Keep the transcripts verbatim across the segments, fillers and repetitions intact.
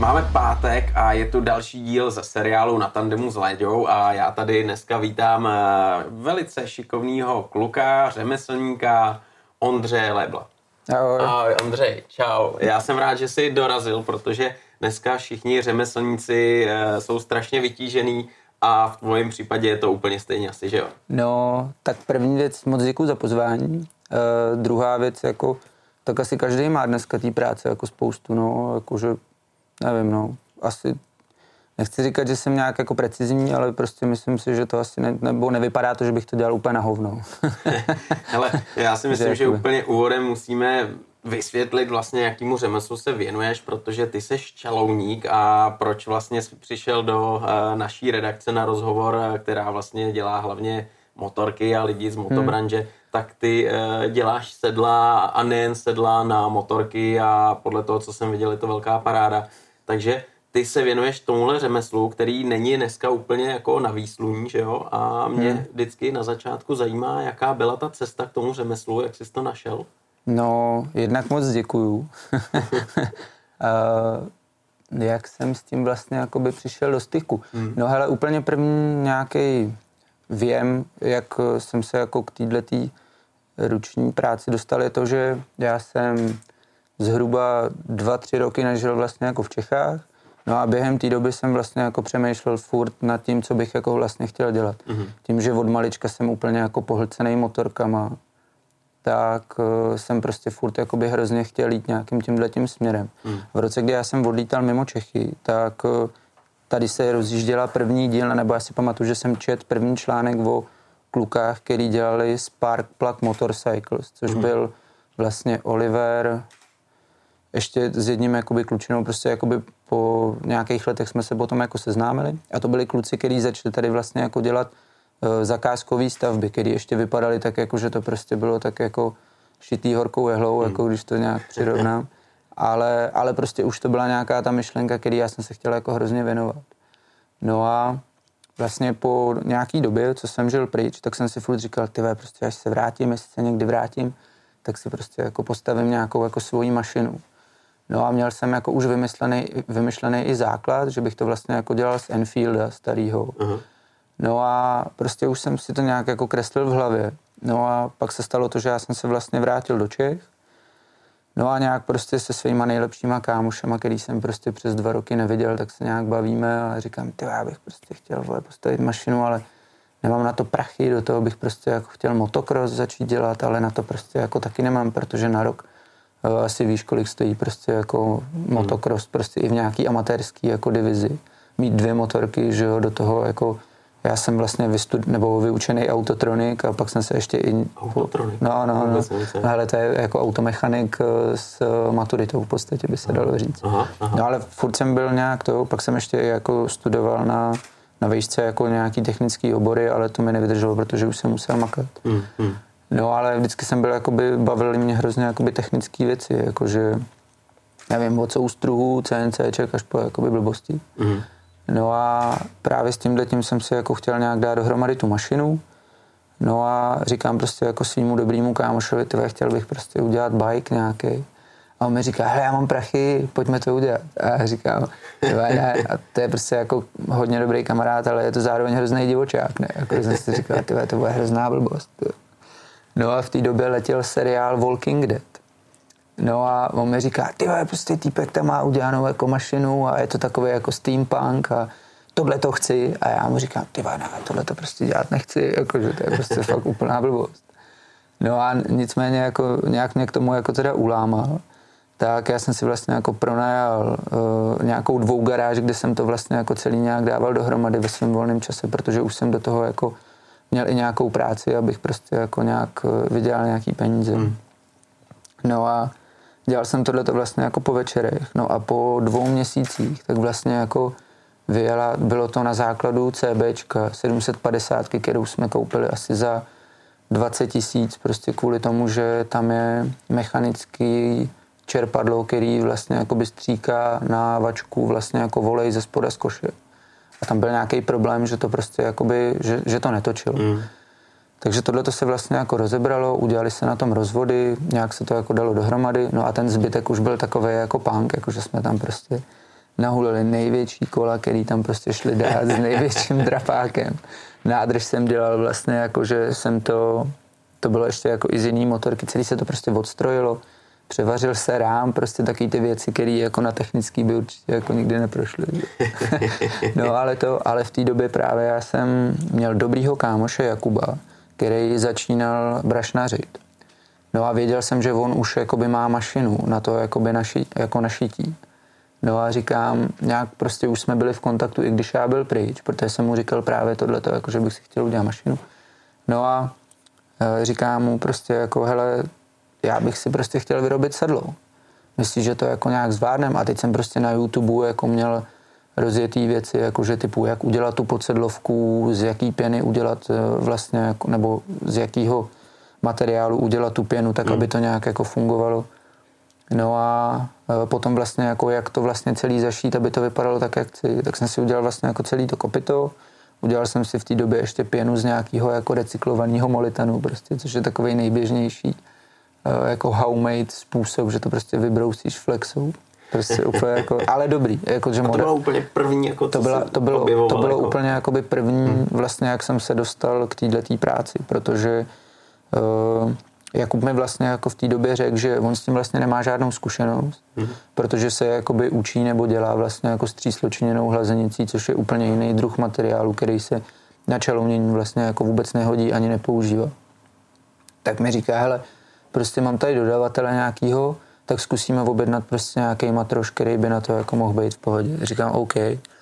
Máme pátek a je tu další díl ze seriálu Na tandemu s Láďou a já tady dneska vítám velice šikovného kluka, řemeslníka Ondřeje Lebla. Ahoj. Ahoj Ondřej, čau. Já jsem rád, že jsi dorazil, protože dneska všichni řemeslníci jsou strašně vytížený a v tvojím případě je to úplně stejně asi, že jo? No, tak první věc, moc děkuji za pozvání. Uh, druhá věc, jako, tak asi každý má dneska té práce jako spoustu, no, jakože, nevím, no, asi, nechci říkat, že jsem nějak jako precizní, ale prostě myslím si, že to asi, ne, nebo nevypadá to, že bych to dělal úplně na hovno. Hele, já si myslím, že, že úplně úvodem musíme vysvětlit vlastně, jakýmu řemeslu se věnuješ, protože ty seš čalouník a proč vlastně jsi přišel do uh, naší redakce na rozhovor, která vlastně dělá hlavně motorky a lidi z motobranže, hmm. tak ty uh, děláš sedla a nejen sedla na motorky a podle toho, co jsem viděl, je to velká paráda. Takže ty se věnuješ tomuhle řemeslu, který není dneska úplně jako na výsluní, že jo? A mě hmm. vždycky na začátku zajímá, jaká byla ta cesta k tomu řemeslu, jak jsi to našel? No, jednak moc děkuju. uh, jak jsem s tím vlastně jakoby přišel do styku. Hmm. No hele, úplně první nějaký věm, jak jsem se jako k této ruční práci dostal, je to, že já jsem zhruba dva, tři roky nežil vlastně jako v Čechách. No a během té doby jsem vlastně jako přemýšlel furt nad tím, co bych jako vlastně chtěl dělat. Hmm. Tím, že od malička jsem úplně jako pohlcený motorkama, tak uh, jsem prostě furt jakoby hrozně chtěl jít nějakým tímhletím směrem. Hmm. V roce, kdy já jsem odlítal mimo Čechy, tak uh, tady se rozjížděla první díl, nebo já si pamatuju, že jsem čet první článek o klukách, který dělali Spark Plug Motorcycles, což hmm. byl vlastně Oliver, ještě s jedním jakoby klučinou, prostě jakoby po nějakých letech jsme se potom jako seznámili a to byli kluci, kteří začali tady vlastně jako dělat zakázkové stavby, které ještě vypadaly tak, jako, že to prostě bylo tak jako šitý horkou jehlou, hmm. jako když to nějak přirovnám. Ale, ale prostě už to byla nějaká ta myšlenka, který já jsem se chtěl jako hrozně věnovat. No a vlastně po nějaký době, co jsem žil pryč, tak jsem si furt říkal, tyhle, prostě až se vrátím, jestli se někdy vrátím, tak si prostě jako postavím nějakou jako svoji mašinu. No a měl jsem jako už vymyšlený, vymyšlený i základ, že bych to vlastně jako dělal z Enfielda starýho. Uh-huh. No a prostě už jsem si to nějak jako kreslil v hlavě. No a pak se stalo to, že já jsem se vlastně vrátil do Čech. No a nějak prostě se svýma nejlepšíma kámošema, který jsem prostě přes dva roky neviděl, tak se nějak bavíme a říkám, ty já bych prostě chtěl vole, postavit mašinu, ale nemám na to prachy, do toho bych prostě jako chtěl motocross začít dělat, ale na to prostě jako taky nemám, protože na rok uh, asi víš, kolik stojí prostě jako motocross, prostě i v nějaký amatérský jako divizi. Mít dvě motorky, že jo, do toho jako já jsem vlastně vystud, nebo vyučený autotronik a pak jsem se ještě i... Autotronik? No, no, no. Ale to je jako automechanik s maturitou v podstatě, by se dalo říct. Aha, aha. No ale furt jsem byl nějak to, pak jsem ještě jako studoval na, na výšce jako nějaký technický obory, ale to mi nevydrželo, protože už jsem musel makat. Hmm, hmm. No ale vždycky jsem byl, jakoby, bavily mě hrozně jakoby technické věci, jakože, nevím, od soustruhů, CNCček až po jakoby blbosti. Hmm. No a právě s tímhletím jsem si jako chtěl nějak dát dohromady tu mašinu. No a říkám prostě jako svýmu dobrýmu kámošovi, tyhle, chtěl bych prostě udělat bike nějaký. A on mi říká, hele, já mám prachy, pojďme to udělat. A já říkám, ne. A to je prostě jako hodně dobrý kamarád, ale je to zároveň hrozný divočák, ne? Jako jsem si říkal, tyhle, to bude hrozná blbost. No a v té době letěl seriál Walking Dead. No a on mi říká, ty vole, prostě týpek tam má udělanou jako mašinu a je to takový jako steampunk a tohle to chci. A já mu říkám, ty vole, ne, tohle to prostě dělat nechci, jakože to je prostě fakt úplná blbost. No a nicméně jako nějak mě k tomu jako teda ulámal. Tak já jsem si vlastně jako pronajal uh, nějakou dvou garáž, kde jsem to vlastně jako celý nějak dával dohromady ve svém volném čase, protože už jsem do toho jako měl i nějakou práci, abych prostě jako nějak uh, vydělal nějaký peníze. Hmm. No a dělal jsem tohleto vlastně jako po večerech. No a po dvou měsících tak vlastně jako vyjela, bylo to na základu CBčka sedm set padesát, kterou jsme koupili asi za dvacet tisíc, prostě kvůli tomu, že tam je mechanický čerpadlo, který vlastně jakoby stříká na vačku vlastně jako volej ze spoda z koše. A tam byl nějaký problém, že to prostě jakoby, že, že to netočilo. Mm. Takže tohle to se vlastně jako rozebralo, udělali se na tom rozvody, nějak se to jako dalo dohromady, no a ten zbytek už byl takový jako punk, jako že jsme tam prostě nahulili největší kola, který tam prostě šli dát s největším drapákem. Nádrž jsem dělal vlastně jako, že jsem to, to bylo ještě jako i z jiný motorky, celý se to prostě odstrojilo. Převařil se rám, prostě taky ty věci, které jako na technický by určitě jako nikdy neprošly. No ale to, ale v té době právě já jsem měl dobrýho kámoše Jakuba, který začínal brašnařit. No a věděl jsem, že on už jakoby má mašinu na to jakoby naši, jako našití. No a říkám, nějak prostě už jsme byli v kontaktu, i když já byl pryč, protože jsem mu říkal právě tohleto, jako že bych si chtěl udělat mašinu. No a e, říkám mu prostě jako, hele, já bych si prostě chtěl vyrobit sedlo. Myslíš, že to jako nějak zvládnem? A teď jsem prostě na YouTube jako měl rozjetý věci, jakože typu, jak udělat tu podsedlovku, z jaký pěny udělat vlastně, jako, nebo z jakého materiálu udělat tu pěnu, tak, mm. aby to nějak jako fungovalo. No a potom vlastně jako, jak to vlastně celý zašít, aby to vypadalo tak, jak chci, tak jsem si udělal vlastně jako celý to kopyto. Udělal jsem si v té době ještě pěnu z nějakého jako recyklovaného molitanu, prostě, což je takovej nejběžnější jako homemade způsob, že to prostě vybrousíš flexou. Prostě úplně jako, ale dobrý. Jako, že a to model, bylo úplně první, jako to, byla, to bylo, to bylo jako... úplně jakoby první, hmm. vlastně jak jsem se dostal k této práci, protože uh, Jakub mi vlastně jako v té době řekl, že on s tím vlastně nemá žádnou zkušenost, hmm. protože se jakoby učí nebo dělá vlastně jako s třísločiněnou hlazenicí, což je úplně jiný druh materiálu, který se na čalounění vlastně jako vůbec nehodí ani nepoužívá. Tak mi říká, hele, prostě mám tady dodavatele nějakýho, tak zkusíme objednat prostě nějaký matroš, který by na to jako mohl být v pohodě. Říkám OK.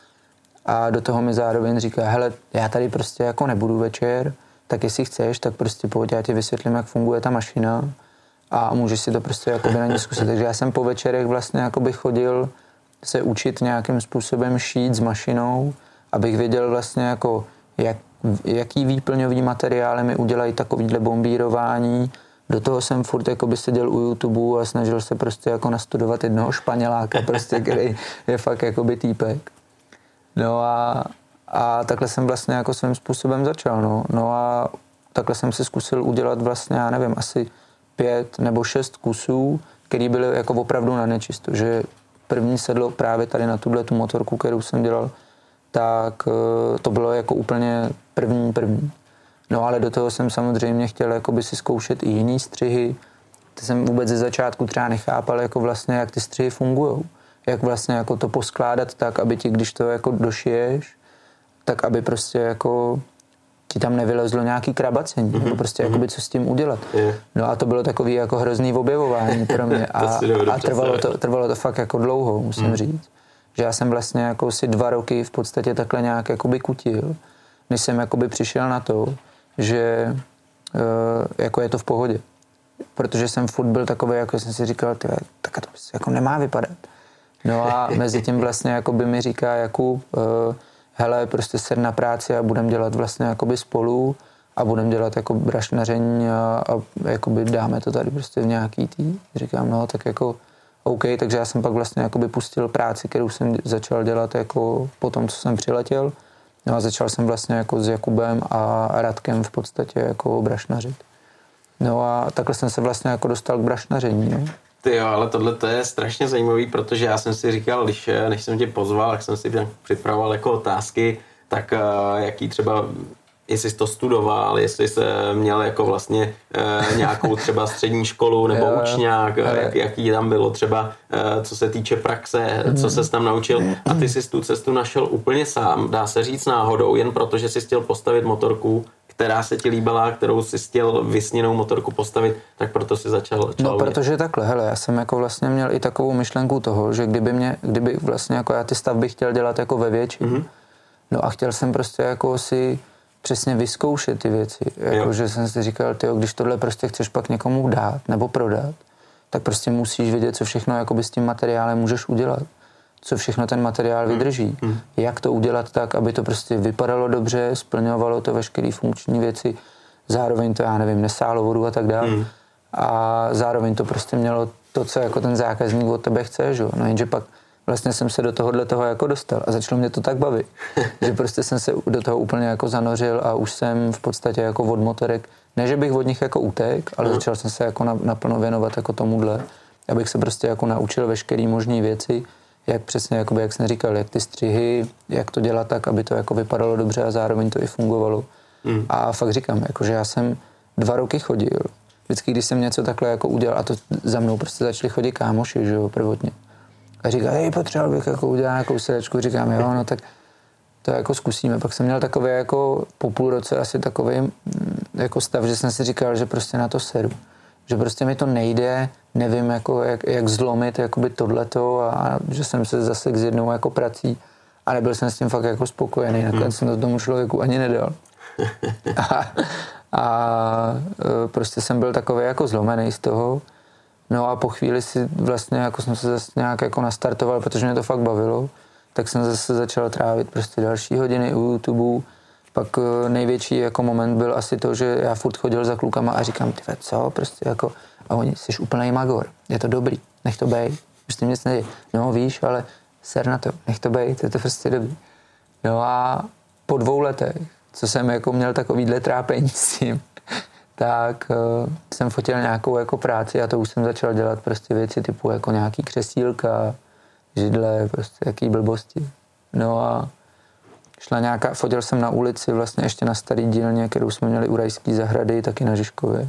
A do toho mi zároveň říká, hele, já tady prostě jako nebudu večer, tak jestli chceš, tak prostě pojď, já ti vysvětlím, jak funguje ta mašina a můžeš si to prostě jakoby na ní zkusit. Takže já jsem po večerech vlastně jakoby chodil se učit nějakým způsobem šít s mašinou, abych věděl vlastně jako, jak, jaký výplňový materiály mi udělají takovýhle bombírování. Do toho jsem furt jakoby seděl u YouTube a snažil se prostě jako nastudovat jednoho Španěláka, prostě, který je fakt jakoby týpek. No a, a takhle jsem vlastně jako svým způsobem začal, no. No a takhle jsem si zkusil udělat vlastně, já nevím, asi pět nebo šest kusů, který byly jako opravdu na nečisto, že první sedlo právě tady na tuhle tu motorku, kterou jsem dělal, tak to bylo jako úplně první první. No ale do toho jsem samozřejmě chtěl jakoby si zkoušet i jiný střihy. Ty jsem vůbec ze začátku třeba nechápal, jako vlastně, jak ty střihy fungujou. Jak vlastně jako to poskládat tak, aby ti, když to jako došiješ, tak aby prostě jako ti tam nevylezlo nějaký krabacení, mm-hmm. nebo prostě jakoby co s tím udělat. Yeah. No a to bylo takový jako hrozný objevování pro mě a, a trvalo, to, trvalo to fakt jako dlouho, musím mm. říct. Že já jsem vlastně jako si dva roky v podstatě takhle nějak jakoby kutil, než jsem jakoby přišel na to, že uh, jako je to v pohodě. Protože jsem furt byl takový, jako jsem si říkal, tyhle, tak to jako nemá vypadat. No a mezi tím vlastně jakoby mi říká Jakub, uh, hele, prostě ser na práci a budem dělat vlastně jakoby spolu a budem dělat jako brašnaření a, a jakoby dáme to tady prostě v nějaký tý. Říkám, no tak jako OK, takže já jsem pak vlastně jakoby pustil práci, kterou jsem začal dělat jako po tom, co jsem přiletěl. No a začal jsem vlastně jako s Jakubem a Radkem v podstatě jako brašnařit. No a takhle jsem se vlastně jako dostal k brašnaření, no. Ty jo, ale tohle to je strašně zajímavý, protože já jsem si říkal, když, než jsem tě pozval, jak jsem si připravoval jako otázky, tak uh, jaký třeba, jestli jsi to studoval, jestli jsi měl jako vlastně uh, nějakou třeba střední školu nebo jo, učňák, jak, jaký tam bylo třeba, uh, co se týče praxe, co ses tam naučil a ty jsi tu cestu našel úplně sám, dá se říct náhodou, jen proto, že jsi chtěl postavit motorku, která se ti líbila, kterou si chtěl vysněnou motorku postavit, tak proto si začal čalounět. No, protože takhle, hele, já jsem jako vlastně měl i takovou myšlenku toho, že kdyby mě, kdyby vlastně jako já ty stavby chtěl dělat jako ve větším, mm-hmm. no a chtěl jsem prostě jako si přesně vyzkoušet ty věci, jako že jsem si říkal, tyjo, když tohle prostě chceš pak někomu dát nebo prodat, tak prostě musíš vědět, co všechno jakoby s tím materiálem můžeš udělat, co všechno ten materiál vydrží, mm. jak to udělat tak, aby to prostě vypadalo dobře, splňovalo to veškeré funkční věci, zároveň to, já nevím, nesálo vodu a tak dále. Mm. A zároveň to prostě mělo to, co jako ten zákazník od tebe chce, že? No jenže pak vlastně jsem se do tohohle toho jako dostal a začalo mě to tak bavit, že prostě jsem se do toho úplně jako zanořil a už jsem v podstatě jako od motorek, ne, že bych od nich jako utek, ale mm. začal jsem se jako naplno věnovat jako tomuhle, abych se prostě jako naučil veškerý možný věci, jak přesně, jakoby, jak jsem říkal, jak ty střihy, jak to dělat tak, aby to jako vypadalo dobře a zároveň to i fungovalo. Mm. A fakt říkám, jako, že já jsem dva roky chodil. Vždycky, když jsem něco takhle jako udělal, a to za mnou prostě začali chodit kámoši, že jo, prvotně. A říkal, hej, potřeboval bych jako udělat nějakou sedačku, říkám, jo, no tak to jako zkusíme. Pak jsem měl takové jako po půl roce asi takový jako stav, že jsem si říkal, že prostě na to seru. Že prostě mi to nejde, nevím, jako, jak, jak zlomit jakoby tohleto a, a že jsem se zase s jednou jako prací a nebyl jsem s tím fakt jako spokojený. Nakonec hmm. jsem to tomu člověku ani nedal. a, a prostě jsem byl takový jako zlomený z toho. No a po chvíli si vlastně jako jsem se zase nějak jako nastartoval, protože mě to fakt bavilo, tak jsem zase začal trávit prostě další hodiny u YouTube. Pak největší jako moment byl asi to, že já furt chodil za klukama a říkám, ty co, prostě jako, a oni, jsi úplnej magor, je to dobrý, nech to bej, už tím nic neděje. No víš, ale ser na to, nech to bej, to je to prostě dobrý. No a po dvou letech, co jsem jako měl takovýhle trápení s tím, tak uh, jsem fotil nějakou jako práci a to už jsem začal dělat prostě věci typu jako nějaký křesílka, židle, prostě jaký blbosti. No a šla nějaká, fotil jsem na ulici vlastně ještě na starý dílně, kterou jsme měli u Rajský zahrady, taky na Žižkově.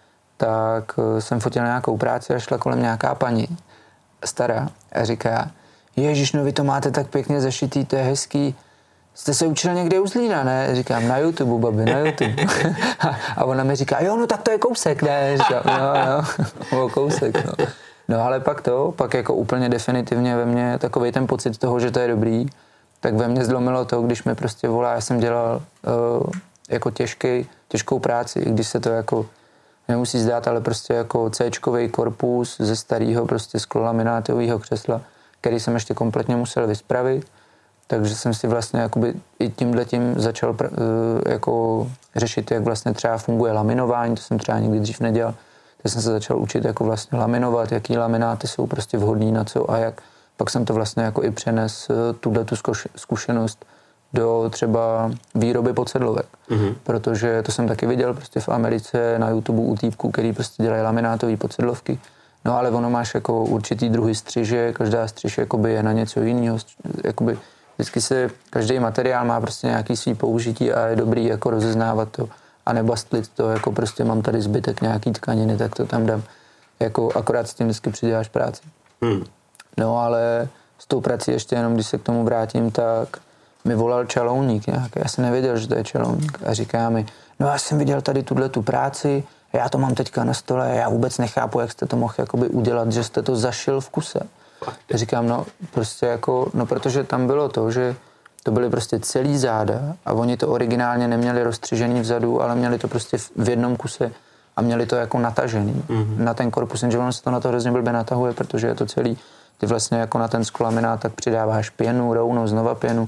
Tak uh, jsem fotil nějakou práci a šla kolem nějaká paní stará a říká, ježiš, no vy to máte tak pěkně zašitý, to je hezký. Jste se učil někde u Zlína, ne? Říkám, na YouTube, babi, na YouTube. A ona mi říká, jo, no tak to je kousek, ne? Říkám, no, no, kousek, no. No ale pak to, pak jako úplně definitivně ve mně takovej ten pocit toho, že to je dobrý, tak ve mně zlomilo to, když mi prostě volá, já jsem dělal uh, jako těžký, těžkou práci, i když se to jako nemusí zdát, ale prostě jako C-čkovej korpus ze starého prostě sklolaminátového křesla, který jsem ještě kompletně musel vyspravit. Takže jsem si vlastně jakoby i tímhletím začal pr- jako řešit, jak vlastně třeba funguje laminování, to jsem třeba nikdy dřív nedělal. Tak jsem se začal učit jako vlastně laminovat, jaký lamináty jsou prostě vhodný na co a jak. Pak jsem to vlastně jako i přenes tuhletu zkušenost do třeba výroby podsedlovek. Mm-hmm. Protože to jsem taky viděl prostě v Americe na YouTube u týpků, který prostě dělají laminátové podsedlovky. No ale ono máš jako určitý druhy střiže, každá střiž jakoby je na něco jiného, jakoby vždycky se, každý materiál má prostě nějaký svý použití a je dobrý jako rozeznávat to a nebastlit to, jako prostě mám tady zbytek nějaký tkaniny, tak to tam dám. Jako akorát s tím vždycky přiděláš práci. Hmm. No ale s tou prací ještě jenom, když se k tomu vrátím, tak mi volal čalouník nějaký. Já jsem nevěděl, že to je čalouník a říká mi, no já jsem viděl tady tuhle tu práci, já to mám teďka na stole, já vůbec nechápu, jak jste to mohl jakoby udělat, že jste to zašil v kuse. Já říkám, no prostě jako, no protože tam bylo to, že to byly prostě celý záda a oni to originálně neměli rozstřižený vzadu, ale měli to prostě v jednom kuse a měli to jako natažený mm-hmm. na ten korpus, že ono se to na to hrozně blbě natahuje, protože je to celý, ty vlastně jako na ten skolaminát tak přidáváš pěnu, rovnou, znova pěnu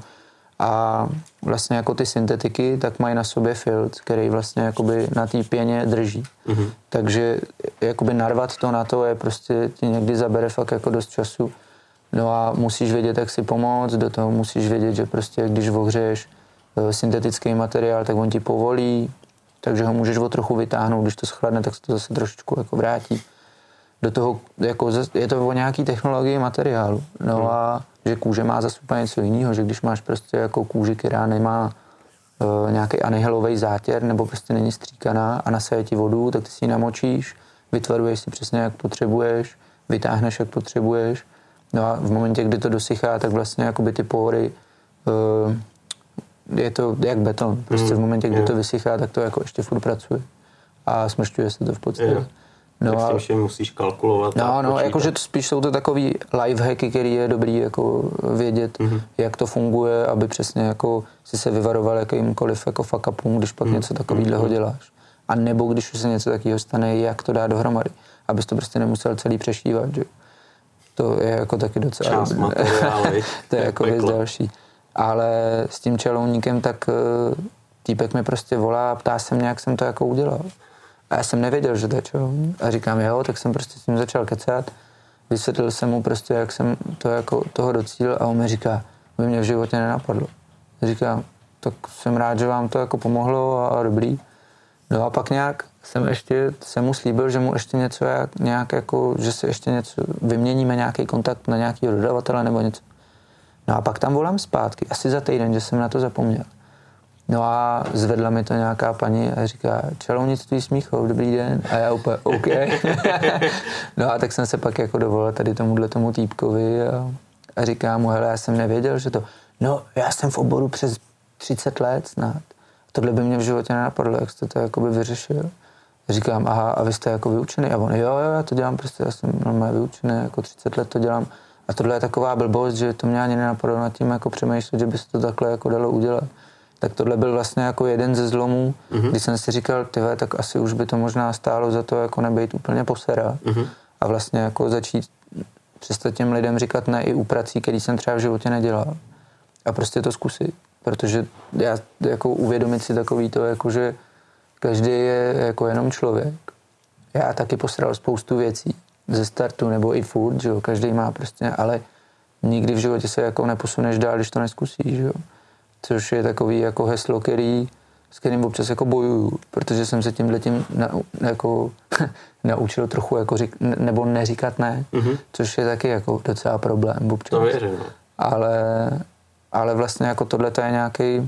a vlastně jako ty syntetiky tak mají na sobě filc, který vlastně jakoby na té pěně drží. Mm-hmm. Takže jakoby narvat to na to je prostě ti někdy zabere fakt jako dost času. No a musíš vědět, jak si pomoct, do toho musíš vědět, že prostě když ohřeješ syntetický materiál, tak on ti povolí, takže ho můžeš o trochu vytáhnout, když to schladne, tak se to zase trošičku jako vrátí. Do toho, jako je to o nějaký technologii materiálu. No mm. a že kůže má zase úplně něco jiného, že když máš prostě jako kůži, která nemá uh, nějaký anihilový zátěr nebo prostě není stříkaná a nasaje ti vodu, tak ty si ji namočíš, vytvaruješ si přesně, jak potřebuješ, vytáhneš, jak potřebuješ. No a v momentě, kdy to dosychá, tak vlastně jakoby ty pory uh, je to jak beton. Prostě v momentě, kdy to vysychá, tak to jako ještě furt pracuje a smršťuje se to v podstatě. No tak s tím musíš kalkulovat. No, no, jakože to spíš jsou to takový lifehacky, který je dobrý jako vědět, mm-hmm. jak to funguje, aby přesně jako si se vyvaroval jakýmkoliv jako fuck upům, když pak mm-hmm. něco takovýhleho děláš. A nebo když už se něco takového stane, jak to dá dohromady, abys to prostě nemusel celý přešívat, že? To je jako taky docela... Část materiálu. To je jako věc další. Ale s tím čelouníkem tak týpek mi prostě volá a ptá se mě, jak jsem to jako udělal. A já jsem nevěděl, že to je čelouník. A říkám, jo, tak jsem prostě s tím začal kecat. Vysvětlil jsem mu prostě, jak jsem to jako toho docílil a on mi říká, by mě v životě nenapadlo. Říkám, tak jsem rád, že vám to jako pomohlo a, a dobrý. No a pak nějak jsem ještě, jsem mu slíbil, že mu ještě něco, nějak jako, že si ještě něco, vyměníme nějaký kontakt na nějakého dodavatele nebo něco. No a pak tam volám zpátky, asi za týden, že jsem na to zapomněl. No a zvedla mi to nějaká paní a říká, čalounictví Smíchov, dobrý den. A já úplně, OK. No a tak jsem se pak jako dovolil tady tomuhle tomu týpkovi a, a říkám mu, hele, já jsem nevěděl, že to, no já jsem v oboru přes třicet let snad. Tohle by mě v životě nenapadlo, jak jste to jakoby vyřešil. Říkám, aha, a vy jste jako vyučený? A on, jo, jo, já to dělám prostě, já jsem normálně vyučený, jako třicet let to dělám. A tohle je taková blbost, že to mě ani nenapadlo nad tím jako přemýšlet, že by se to takhle jako dalo udělat. Tak tohle byl vlastně jako jeden ze zlomů, mm-hmm. kdy jsem si říkal, tyhle, tak asi už by to možná stálo za to jako nebejt úplně posera. Mm-hmm. A vlastně jako začít přestat těm lidem říkat ne i u prací, který jsem třeba v životě nedělal. A prostě to zkusit. Protože já jako uvědomit si takový to, jako že každý je jako jenom člověk. Já taky posral spoustu věcí ze startu, nebo i furt, že jo, každý má prostě, ale nikdy v životě se jako neposuneš dál, když to neskusíš, že jo. Což je takový jako heslo, který, s kterým občas jako bojuju, protože jsem se tímhletím na, jako, naučil trochu jako řík, nebo neříkat ne, mm-hmm. což je taky jako docela problém občas. To věřím, no. Ale, ale vlastně jako tohle je nějaký,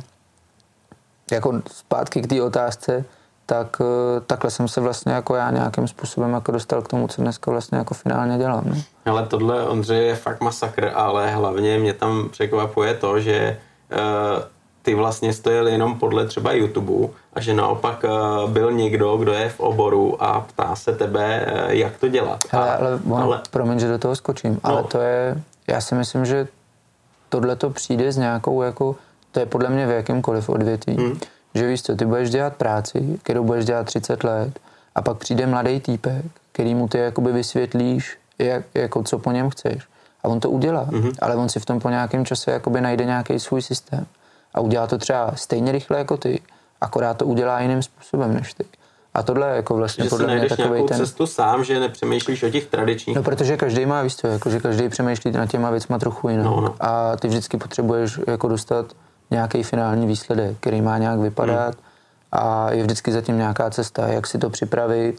jako zpátky k té otázce, tak takhle jsem se vlastně jako já nějakým způsobem jako dostal k tomu, co dneska vlastně jako finálně dělám. No. Ale tohle, Ondřej, je fakt masakr, ale hlavně mě tam překvapuje to, že uh, ty vlastně stojil jenom podle třeba YouTube a že naopak uh, byl někdo, kdo je v oboru a ptá se tebe, uh, jak to dělat. Hele, a, ale, on, ale promiň, že do toho skočím, no. Ale to je, já si myslím, že tohle to přijde s nějakou jako, to je podle mě v jakýmkoliv odvětví. Hmm. Že víš co, ty budeš dělat práci, kterou budeš dělat třicet let a pak přijde mladý týpek, který mu ty jakoby vysvětlíš, jak, jako co po něm chceš. A on to udělá, mm-hmm. ale on si v tom po nějakém čase jakoby najde nějaký svůj systém. A udělá to třeba stejně rychle jako ty, akorát to udělá jiným způsobem než ty. A tohle je jako vlastně že podle mě takovej ten... Že si najdeš nějakou cestu sám, že nepřemýšlíš o těch tradičních... No, protože každý má, víš co, jako, že každý přemýšlí nad těma věcma trochu jinak. No, no. A ty vždycky potřebuješ jako dostat nějaký finální výsledek, který má nějak vypadat hmm. a je vždycky zatím nějaká cesta, jak si to připravit,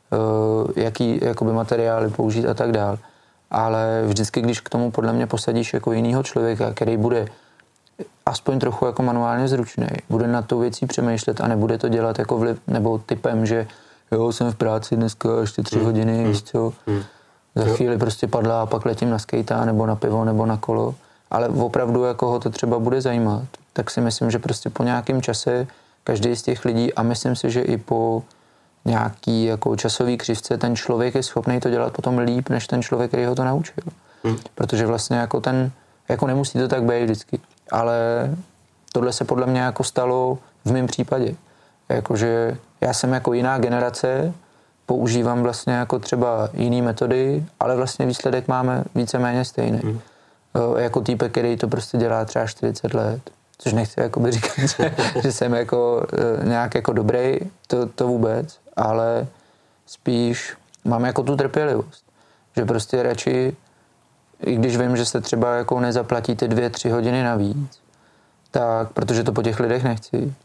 jaký jakoby materiály použít a tak dál. Ale vždycky, když k tomu podle mě posadíš jako jinýho člověka, který bude aspoň trochu jako manuálně zručný, bude nad tou věcí přemýšlet a nebude to dělat jako vliv, nebo typem, že jo, jsem v práci dneska ještě tři hmm. hodiny, hmm. víš co, hmm. za chvíli prostě padla a pak letím na skejta, nebo na pivo, nebo na kolo. Ale opravdu jako ho to třeba bude zajímat, tak si myslím, že prostě po nějakém čase každý z těch lidí, a myslím si, že i po nějaký jako časový křivce ten člověk je schopný to dělat potom líp, než ten člověk, který ho to naučil. Hmm. Protože vlastně jako ten, jako nemusí to tak být vždycky, ale tohle se podle mě jako stalo v mém případě. Jakože já jsem jako jiná generace, používám vlastně jako třeba jiný metody, ale vlastně výsledek máme víceméně stejný. Hmm. Jako týpek, který to prostě dělá třeba čtyřicet let, což nechci jakoby říkat, že, že jsem jako nějak jako dobrý, to, to vůbec, ale spíš mám jako tu trpělivost, že prostě radši, i když vím, že se třeba jako nezaplatí ty dvě, tři hodiny navíc, tak, protože to po těch lidech nechci,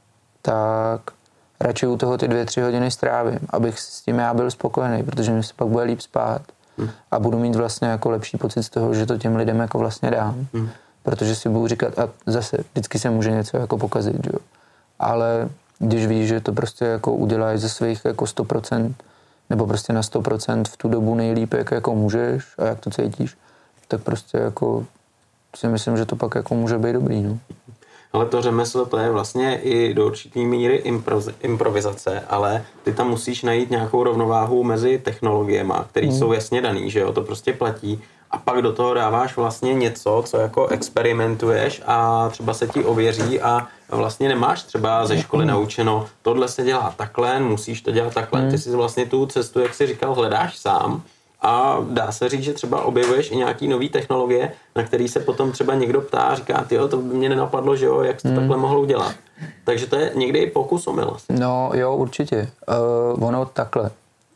tak radši u toho ty dvě, tři hodiny strávím, abych s tím já byl spokojený, protože mi se pak bude líp spát. Hmm. A budu mít vlastně jako lepší pocit z toho, že to těm lidem jako vlastně dám. Hmm. Protože si budu říkat, a zase vždycky se může něco jako pokazit, jo. Ale když víš, že to prostě jako uděláš ze svých jako sto procent nebo prostě na sto procent v tu dobu nejlíp, jak jako můžeš a jak to cítíš, tak prostě jako si myslím, že to pak jako může být dobrý, no. Ale to řemeslo, to je vlastně i do určitý míry impro- improvizace, ale ty tam musíš najít nějakou rovnováhu mezi technologiemi, které hmm. jsou jasně daný, že jo, to prostě platí. A pak do toho dáváš vlastně něco, co jako experimentuješ a třeba se ti ověří a vlastně nemáš třeba ze školy naučeno, tohle se dělá takhle, musíš to dělat takhle. Hmm. Ty si vlastně tu cestu, jak jsi říkal, hledáš sám. A dá se říct, že třeba objevuješ i nějaký nový technologie, na který se potom třeba někdo ptá a říká, tyjo, to by mě nenapadlo, že jo, jak jsi to hmm. takhle mohl udělat. Takže to je někdy i pokus omyl. No jo, určitě. Uh, ono takhle.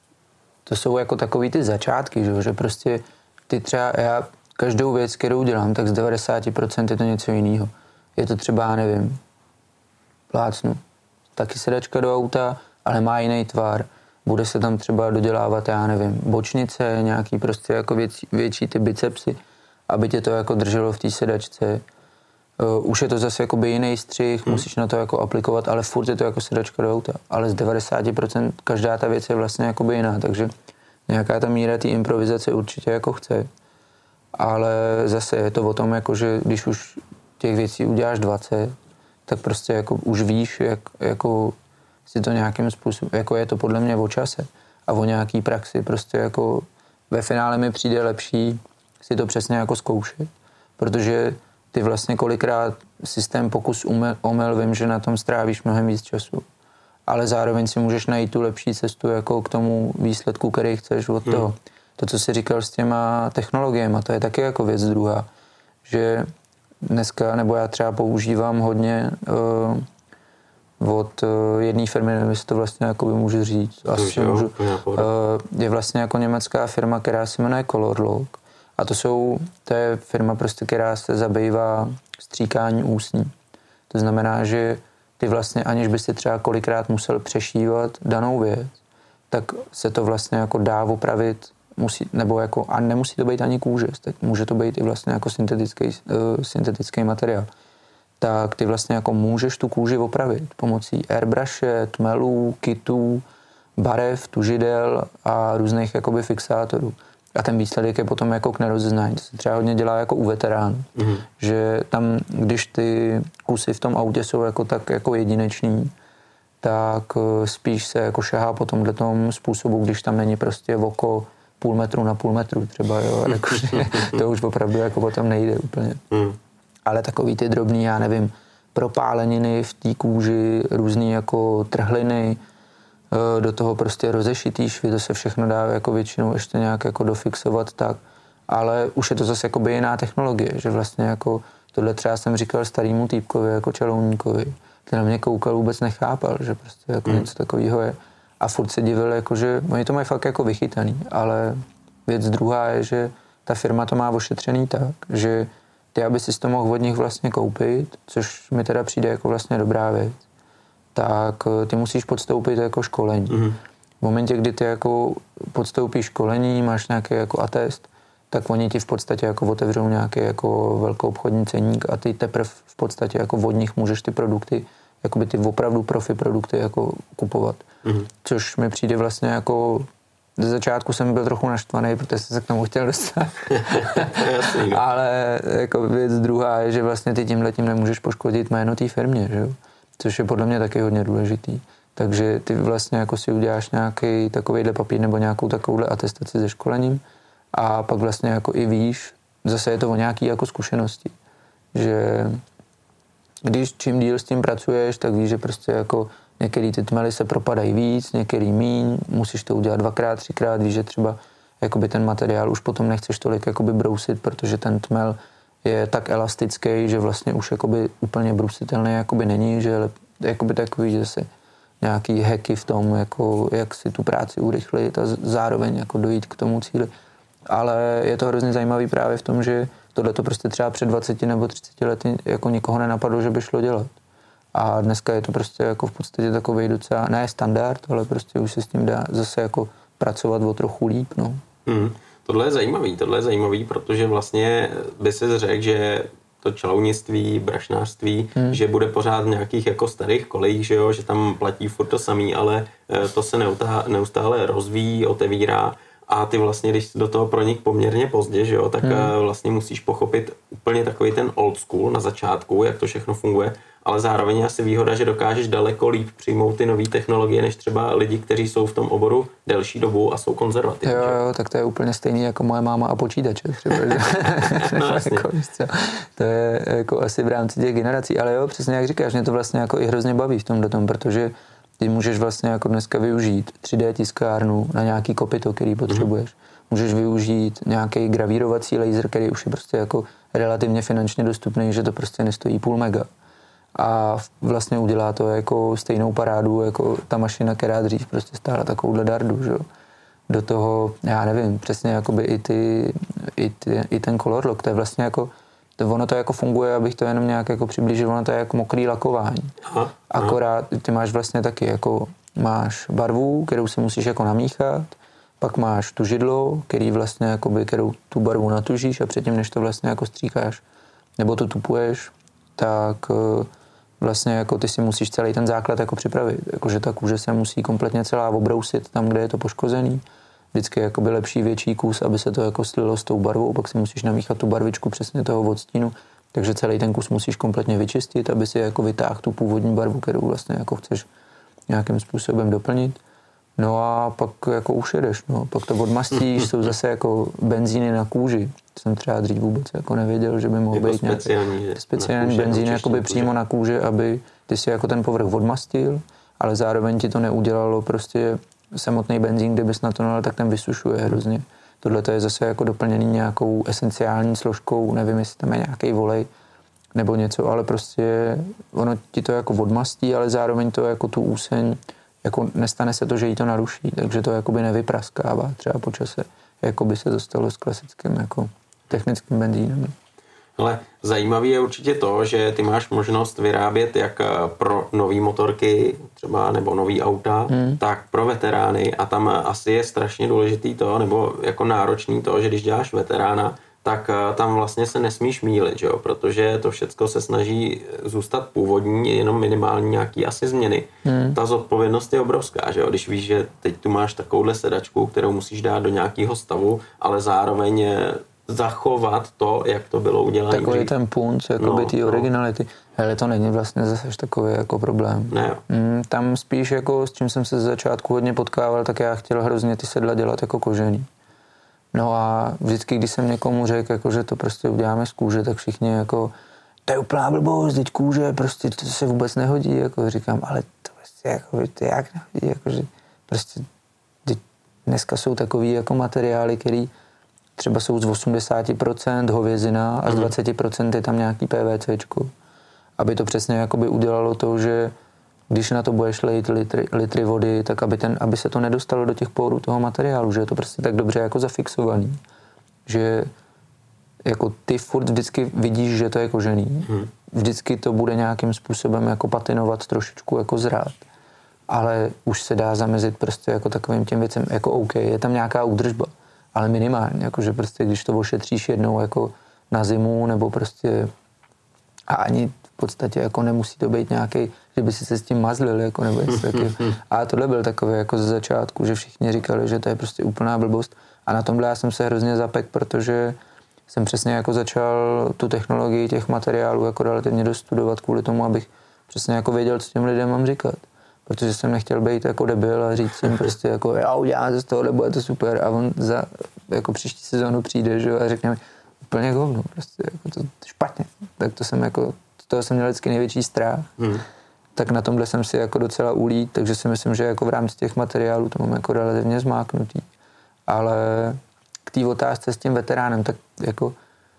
To jsou jako takový ty začátky, že, že prostě ty třeba, já každou věc, kterou dělám, tak z devadesát procent je to něco jiného. Je to třeba, nevím, plácnu, taky sedačka do auta ale má jiný tvar. Bude se tam třeba dodělávat, já nevím, bočnice, nějaký prostě jako větší, větší ty bicepsy, aby tě to jako drželo v té sedačce. Uh, už je to zase jakoby jiný střih, hmm. musíš na to jako aplikovat, ale furt je to jako sedačka do auta. Ale z devadesát procent každá ta věc je vlastně jakoby jiná, takže nějaká ta míra té improvizace určitě jako chce. Ale zase je to o tom, jako, že když už těch věcí uděláš dvacet, tak prostě jako už víš, jak jako si to nějakým způsobem, jako je to podle mě o čase a o nějaký praxi, prostě jako ve finále mi přijde lepší si to přesně jako zkoušet, protože ty vlastně kolikrát systém pokus omyl, vím, že na tom strávíš mnohem víc času, ale zároveň si můžeš najít tu lepší cestu jako k tomu výsledku, který chceš od toho. Hmm. To, co jsi říkal s těma technologiemi, to je taky jako věc druhá, že dneska, nebo já třeba používám hodně uh, od uh, jedné firmy, nevím, jestli to vlastně jako by můžu říct, asi můžu, uh, je vlastně jako německá firma, která se jmenuje ColorLock a to jsou, to je firma prostě, která se zabývá stříkání úsní. To znamená, že ty vlastně, aniž by si třeba kolikrát musel přešívat danou věc, tak se to vlastně jako dá opravit, musí, nebo jako, a nemusí to být ani kůže, tak může to být i vlastně jako syntetický, uh, syntetický materiál. Tak ty vlastně jako můžeš tu kůži opravit pomocí airbrushe, tmelů, kitů, barev, tužidel a různých jakoby fixátorů. A ten výsledek je potom jako k nerozeznání. To se třeba hodně dělá jako u veteránů. Mm-hmm. Že tam, když ty kusy v tom autě jsou jako tak jako jedinečný, tak spíš se jako šahá po tomhletom způsobu, když tam není prostě oko půl metru na půl metru třeba, jo. Jako, to už opravdu jako potom nejde úplně. Mm. Ale takový ty drobný, já nevím, propáleniny v té kůži, různý jako trhliny, do toho prostě rozešitý švy, to se všechno dá jako většinou ještě nějak jako dofixovat tak, ale už je to zase jakoby jiná technologie, že vlastně jako tohle třeba jsem říkal starýmu týpkovi, jako čalouníkovi, který na mě koukal, vůbec nechápal, že prostě jako mm. něco takového je a furt se divil, jako že oni to mají fakt jako vychytaný, ale věc druhá je, že ta firma to má ošetřený tak, že ty, aby si to mohl od nich vlastně koupit, což mi teda přijde jako vlastně dobrá věc, tak ty musíš podstoupit jako školení. Mm-hmm. V momentě, kdy ty jako podstoupíš školení, máš nějaký jako atest, tak oni ti v podstatě jako otevřou nějaký jako velkou obchodní ceník a ty teprve v podstatě jako od nich můžeš ty produkty, jakoby ty opravdu profi produkty jako kupovat. Mm-hmm. Což mi přijde vlastně jako ze začátku jsem byl trochu naštvaný, protože jsem se k tomu chtěl dostat. Ale jako věc druhá je, že vlastně ty tímhletím nemůžeš poškodit jméno té firmě, že jo? Což je podle mě taky hodně důležitý. Takže ty vlastně jako si uděláš nějaký takovejhle papír nebo nějakou takovouhle atestaci se školením a pak vlastně jako i víš, zase je to o nějaký jako zkušenosti, že když čím díl s tím pracuješ, tak víš, že prostě jako některý ty tmely se propadají víc, některý míň, musíš to udělat dvakrát, třikrát, víš, že třeba jakoby ten materiál už potom nechceš tolik jakoby brousit, protože ten tmel je tak elastický, že vlastně už jakoby úplně brusitelný jakoby není, že je jakoby takový, že si nějaký hacky v tom, jako jak si tu práci urychlit a zároveň jako dojít k tomu cíli. Ale je to hrozně zajímavý právě v tom, že tohle to prostě třeba před dvaceti nebo třiceti lety jako nikoho nenapadlo, že by šlo dělat. A dneska je to prostě jako v podstatě takovej docela, ne standard, ale prostě už se s tím dá zase jako pracovat o trochu líp, no. Mm. Tohle je zajímavý, tohle je zajímavý, protože vlastně by se řekl, že to čalounictví, brašnářství, hmm. že bude pořád v nějakých jako starých kolejích, že jo, že tam platí furt to samý, ale to se neustále rozvíjí, otevírá a ty vlastně, když do toho pronik poměrně pozdě, že jo, tak hmm. vlastně musíš pochopit úplně takový ten old school na začátku, jak to všechno funguje, ale zároveň je asi výhoda, že dokážeš daleko líp přijmout ty nové technologie, než třeba lidi, kteří jsou v tom oboru delší dobu a jsou konzervativní. Jo, jo, tak to je úplně stejný jako moje máma a počítače třeba. No, jako, to je jako asi v rámci těch generací, ale jo, přesně jak říkáš, mě to vlastně jako i hrozně baví v tomhle tom, protože ty můžeš vlastně jako dneska využít tři dé tiskárnu na nějaký kopyto, který potřebuješ. Mm-hmm. Můžeš využít nějaký gravírovací laser, který už je prostě jako relativně finančně dostupný, že to prostě nestojí půl mega. A vlastně udělá to jako stejnou parádu, jako ta mašina, která dřív prostě stála takovouhle dardu, že jo. Do toho, já nevím, přesně jakoby i, ty, i, ty, i ten ColorLock, to je vlastně jako, to ono to jako funguje, abych to jenom nějak jako přiblížil, ono to je jako mokrý lakování. Aha, aha. Akorát ty máš vlastně taky jako máš barvu, kterou si musíš jako namíchat, pak máš tužidlo, který vlastně jakoby, kterou tu barvu natužíš a předtím, než to vlastně jako stříkáš nebo to tupuješ, tak vlastně jako ty si musíš celý ten základ jako připravit. Jakože ta kůže se musí kompletně celá obrousit tam, kde je to poškozený. Vždycky je jakoby lepší větší kus, aby se to jako slilo s tou barvou, pak si musíš namíchat tu barvičku přesně toho odstínu, takže celý ten kus musíš kompletně vyčistit, aby si jako vytáhl tu původní barvu, kterou vlastně jako chceš nějakým způsobem doplnit. No a pak jako už jedeš, no. Pak to odmastíš, jsou zase jako benzíny na kůži. Jsem třeba dřív vůbec jako nevěděl, že by mohl jako být speciální, nějaký speciální benzín jakoby přímo na kůži, aby ty si jako ten povrch odmastil, ale zároveň ti to neudělalo prostě samotný benzín, kdybys na to nalil, tak ten vysušuje hrozně. Tohle to je zase jako doplněný nějakou esenciální složkou, nevím, jestli tam je nějaký volej nebo něco, ale prostě ono ti to jako odmastí, ale zároveň to jako tu úseň, jako nestane se to, že jí to naruší, takže to jakoby nevypraskává třeba po čase, jako by se to stalo s klasickým jako technickým benzínem. Ale zajímavý je určitě to, že ty máš možnost vyrábět jak pro nový motorky třeba nebo nový auta, hmm. tak pro veterány a tam asi je strašně důležitý to, nebo jako náročný to, že když děláš veterána, tak tam vlastně se nesmíš mýlit, že jo? Protože to všecko se snaží zůstat původní, jenom minimální nějaký asi změny. Hmm. Ta zodpovědnost je obrovská, že jo? Když víš, že teď tu máš takovouhle sedačku, kterou musíš dát do nějakého stavu, ale zároveň zachovat to, jak to bylo udělané. Takový ten punc, jako by té originality. Hele, to není vlastně zase takový jako problém. Ne, mm, tam spíš jako, s čím jsem se z začátku hodně potkával, tak já chtěl hrozně ty sedla dělat jako kožený. No a vždycky, když jsem někomu řekl, jako, že to prostě uděláme z kůže, tak všichni jako, to je úplná blbost, teď kůže, prostě to se vůbec nehodí, jako říkám, ale to prostě jako, to jak nehodí, jako, že prostě dneska jsou takový jako materiály, který třeba jsou z osmdesát procent hovězina a z dvacet procent je tam nějaký PVCčko. Aby to přesně jakoby udělalo to, že když na to budeš lejt litry, litry vody, tak aby, ten, aby se to nedostalo do těch pórů toho materiálu, že je to prostě tak dobře jako zafixovaný, že jako ty furt vždycky vidíš, že to je kožený. Hmm. Vždycky to bude nějakým způsobem jako patinovat, trošičku jako zrát. Ale už se dá zamezit prostě jako takovým těm věcem, jako OK, je tam nějaká údržba, ale minimálně, jakože prostě když to ošetříš jednou jako na zimu, nebo prostě a ani v podstatě jako nemusí to být nějaký, že by si se s tím mazlil, jako nebo něco taky. A tohle byl takový jako ze začátku, že všichni říkali, že to je prostě úplná blbost a na tomhle já jsem se hrozně zapek, protože jsem přesně jako začal tu technologii těch materiálů jako relativně dostudovat kvůli tomu, abych přesně jako věděl, co těm lidem mám říkat. Protože jsem nechtěl být jako debil a říct jim prostě jako já udělám z toho, nebo je to super a on za jako příští sezónu přijde, že, a řekne mi úplně hovno, prostě jako to špatně. Tak to jsem jako, z toho jsem měl vždycky největší strach. Hmm. Tak na tomhle jsem si jako docela ulít, takže si myslím, že jako v rámci těch materiálů to mám jako relativně zmáknutý. Ale k té otázce s tím veteránem, tak jako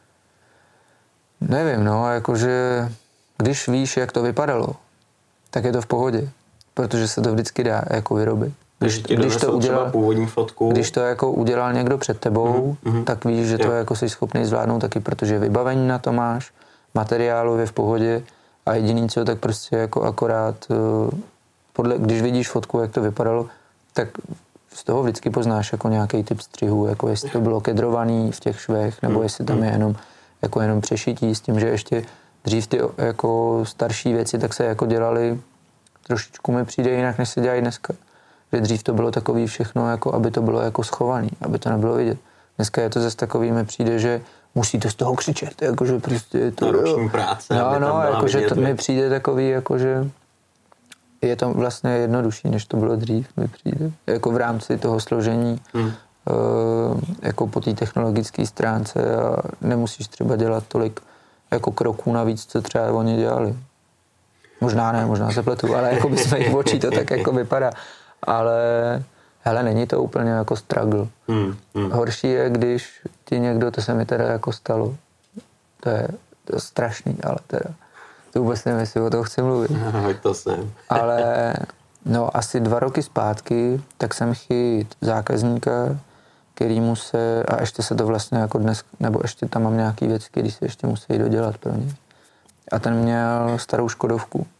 nevím, no, jakože když víš, jak to vypadalo, tak je to v pohodě, protože se to vždycky dá jako vyrobit. Když, když to udělal, původní fotku. Když to jako udělal někdo před tebou, mm-hmm. tak víš, že to jo. jako jsi schopný zvládnout taky, protože vybavení na to máš, materiálu je v pohodě a jediný co, tak prostě jako akorát podle, když vidíš fotku, jak to vypadalo, tak z toho vždycky poznáš jako nějaký typ střihu, jako jestli to bylo kedrovaný v těch švech, nebo jestli tam je jenom, jako jenom přešití s tím, že ještě dřív ty jako starší věci tak se jako dělali, trošičku mi přijde jinak, než se dělají dneska. Že dřív to bylo takový všechno, jako aby to bylo jako schovaný, aby to nebylo vidět. Dneska je to zase takový, mi přijde, že musíte z toho křičet, jakože prostě to... Náročný práce, no, aby tam no, jakože to mi vidět. přijde takový, jakože je to vlastně jednodušší, než to bylo dřív, mi přijde. Jako v rámci toho složení, hmm. uh, jako po té technologické stránce a nemusíš třeba dělat tolik jako kroků navíc, co třeba oni dělali. Možná ne, možná se pletu, ale jako by jsme jich očí, to tak jako vypadá. Ale hele, není to úplně jako struggle. Hmm, hmm. Horší je, když ti někdo, to se mi teda jako stalo. To je, to je strašný, ale teda to vůbec nevím, jestli o toho chci mluvit. No, to jsem. Ale no asi dva roky zpátky, tak jsem chyt zákazníka, kterýmu se, a ještě se to vlastně jako dnes, nebo ještě tam mám nějaký věc, který se ještě musí dodělat pro ně. A ten měl starou Škodovku.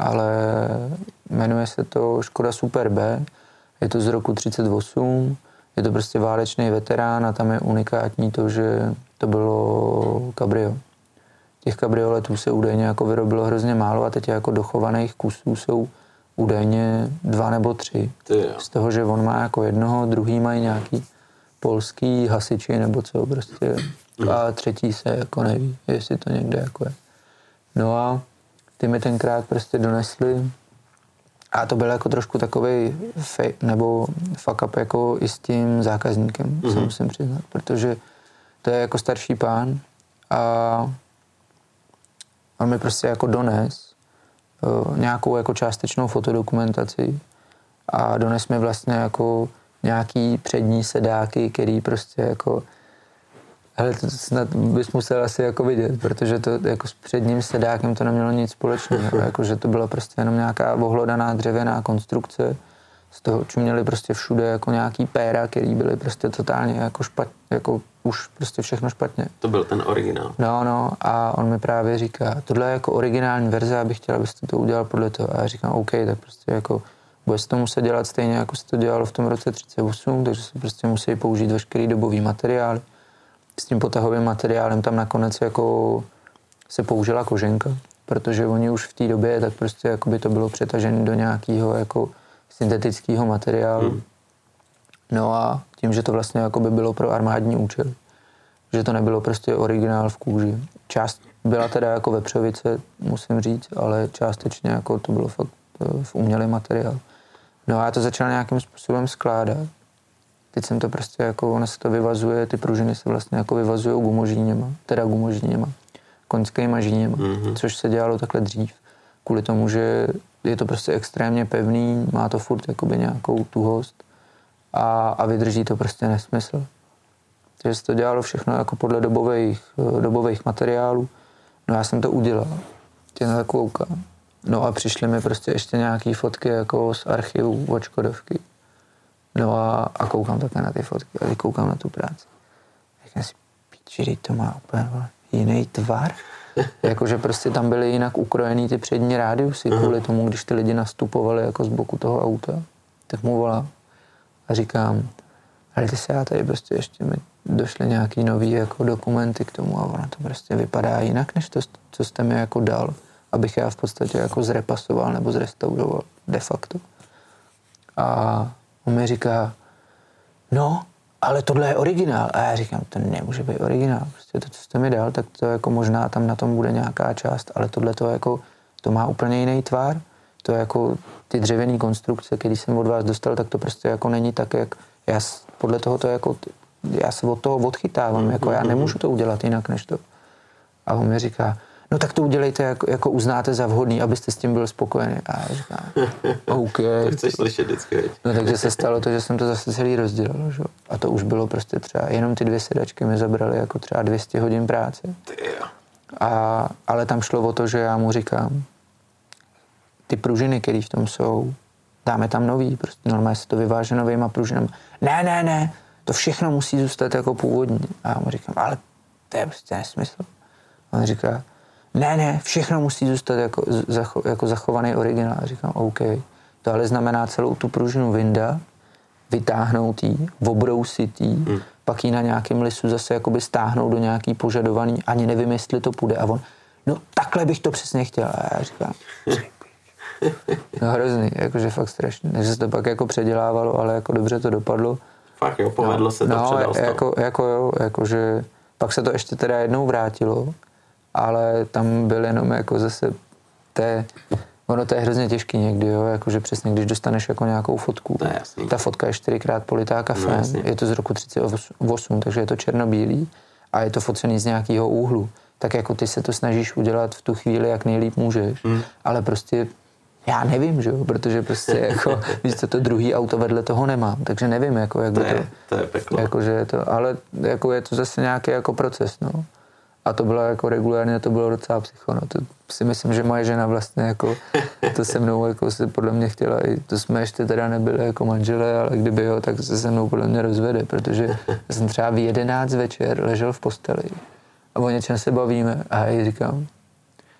ale jmenuje se to Škoda Super B, je to z roku třicet osm, je to prostě válečný veterán a tam je unikátní to, že to bylo kabrio. Těch kabrioletů se údajně jako vyrobilo hrozně málo a teď jako dochovaných kusů jsou údajně dva nebo tři. Z toho, že on má jako jednoho, druhý mají nějaký polský hasiči nebo co prostě a třetí se jako neví, jestli to někde jako je. No a ty mi tenkrát prostě donesli a to byl jako trošku takovej fake, nebo fuck up jako i s tím zákazníkem, mm-hmm. se musím přiznat, protože to je jako starší pán a on mi prostě jako dones uh, nějakou jako částečnou fotodokumentaci a dones mi vlastně jako nějaký přední sedáky, který prostě jako hele, to snad bys musel asi jako vidět, protože to jako s předním sedákem to nemělo nic společného, jako že to byla prostě jenom nějaká ohlodaná dřevěná konstrukce, z toho čuměli prostě všude jako nějaký péra, který byly prostě totálně jako špatně, jako už prostě všechno špatně. To byl ten originál. No, no, a on mi právě říká, tohle je jako originální verze, abych chtěl, abyste to udělal podle toho. A já říkám, OK, tak prostě jako bude se to muset dělat stejně, jako se to dělalo v tom roce třicet osm, takže se prostě musí použít veškerý dobový materiály. S tím potahovým materiálem tam nakonec jako se použila koženka, protože oni už v té době tak prostě jako by to bylo přetažené do nějakého jako syntetického materiálu. Hmm. No a tím, že to vlastně jako by bylo pro armádní účel, že to nebylo prostě originál v kůži. Část byla teda jako vepřovice, musím říct, ale částečně jako to bylo fakt v umělý materiál. No a já to začal nějakým způsobem skládat. Teď jsem to prostě jako, ono se to vyvazuje, ty pružiny se vlastně jako vyvazují gumožíněma, teda gumožíněma, koňskýma žíněma, mm-hmm. což se dělalo takhle dřív. Kvůli tomu, že je to prostě extrémně pevný, má to furt jakoby nějakou tuhost a, a vydrží to prostě nesmysl. Takže se to dělalo všechno jako podle dobových, dobových materiálů. No já jsem to udělal, tě na to koukám. No a přišly mi prostě ještě nějaký fotky jako z archivu od Škodovky. No a, a koukám také na ty fotky a koukám na tu práci. Říkám si, piči, to má úplně jiný tvar. Jakože prostě tam byly jinak ukrojený ty přední rádiusy kvůli tomu, když ty lidi nastupovali jako z boku toho auta. Tak mu volám a říkám, ale ty se já tady prostě ještě mi došly nějaký nový jako dokumenty k tomu a ono to prostě vypadá jinak, než to, co jste mi jako dal, abych já v podstatě jako zrepasoval nebo zrestauroval de facto. A on mi říká, no, ale tohle je originál. A já říkám, to nemůže být originál. Prostě to, co jste mi dal, tak to jako možná tam na tom bude nějaká část, ale tohle to jako, to má úplně jiný tvar. To je jako ty dřevěné konstrukce, který jsem od vás dostal, tak to prostě jako není tak, jak já podle toho to jako, já se od toho odchytávám, mm, jako já nemůžu to udělat jinak než to. A on mi říká, no tak to udělejte, jako, jako uznáte za vhodný, abyste s tím byl spokojený. A já říkám, OK. To chceš slyšet vždycky, veď? No takže se stalo to, že jsem to zase celý rozdělal, že? A to už bylo prostě třeba, jenom ty dvě sedačky mi zabraly jako třeba dvě stě hodin práce. A, ale tam šlo o to, že já mu říkám, ty pružiny, které v tom jsou, dáme tam nový, prostě normálně se to vyváže novýma pružinami. Ne, ne, ne, to všechno musí zůstat jako původní. A já mu říkám, ale to je prostě nesmysl. A on říká, ne, ne, všechno musí zůstat jako, zacho, jako zachovaný originál. A říkám, OK. To ale znamená celou tu pružinu vyndat, vytáhnout jí, obrousit jí, hmm. pak ji na nějakém lisu zase jakoby stáhnout do nějaký požadovaný, ani nevím, jestli to půjde. A on, no takhle bych to přesně chtěl. A já říkám, no hrozný, jakože fakt strašný. Takže se to pak jako předělávalo, ale jako dobře to dopadlo. Fakt jo, povedlo no, se to, no, předal jako, jako jo, jakože pak se to ještě teda jednou vrátilo, ale tam byl jenom jako zase té, ono to je hrozně těžký někdy, jo, jakože přesně, když dostaneš jako nějakou fotku, ta fotka je čtyřikrát politá kafem, no, je to z roku třicet osm, takže je to černobílý a je to focený z nějakého úhlu, tak jako ty se to snažíš udělat v tu chvíli, jak nejlíp můžeš, hmm. ale prostě já nevím, že jo, protože prostě jako, víš co, to druhý auto vedle toho nemám, takže nevím, jako, jak by to, je, to je peklo. Jako, že je to, ale jako je to zase nějaký jako proces, no. A to bylo jako regulárně, to bylo docela psycho, no. To si myslím, že moje žena vlastně jako, to se mnou jako se podle mě chtěla, i to jsme ještě teda nebyli jako manželé, ale kdyby jo, tak se se mnou podle mě rozvede, protože jsem třeba v jedenáct večer ležel v posteli a o něčem se bavíme a já jí říkám,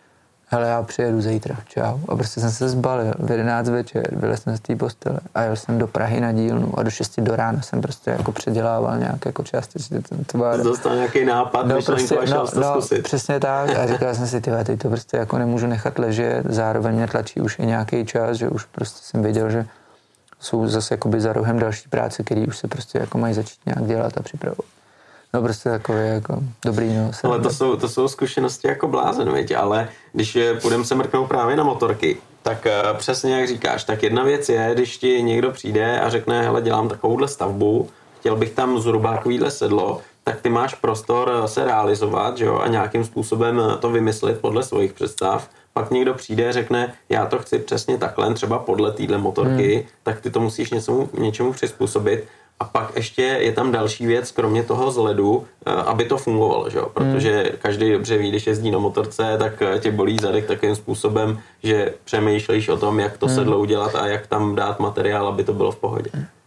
hele, já přijedu zítra, čau. A prostě jsem se zbalil v jedenáct večer, vylez jsem z té postele a jel jsem do Prahy na dílnu a do šesti do rána jsem prostě jako předělával nějak jako částečně ten tvar. Dostal nějaký nápad, no, prostě, a šel no, to no, zkusit. Přesně tak a říkal jsem si, tyhle, teď to prostě jako nemůžu nechat ležet, zároveň mě tlačí už i nějaký čas, že už prostě jsem věděl, že jsou zase jakoby za rohem další práce, které už se prostě jako mají začít nějak dělat a připravovat. No prostě takové jako dobrý, no. Ale to jsou, to jsou zkušenosti jako blázen, viď? Ale když půjdeme se mrknout právě na motorky, tak uh, přesně jak říkáš, tak jedna věc je, když ti někdo přijde a řekne, hele, dělám takovouhle stavbu, chtěl bych tam zhruba takovýhle sedlo, tak ty máš prostor se realizovat, že jo, a nějakým způsobem to vymyslet podle svých představ. Pak někdo přijde a řekne, já to chci přesně takhle, třeba podle téhle motorky, hmm. tak ty to musíš něčemu, něčemu přizpůsobit. A pak ještě je tam další věc, kromě toho vzhledu, aby to fungovalo, že jo? Protože hmm. každý dobře ví, když jezdí na motorce, tak tě bolí zadek takovým způsobem, že přemýšlíš o tom, jak to hmm. sedlo udělat a jak tam dát materiál, aby to bylo v pohodě.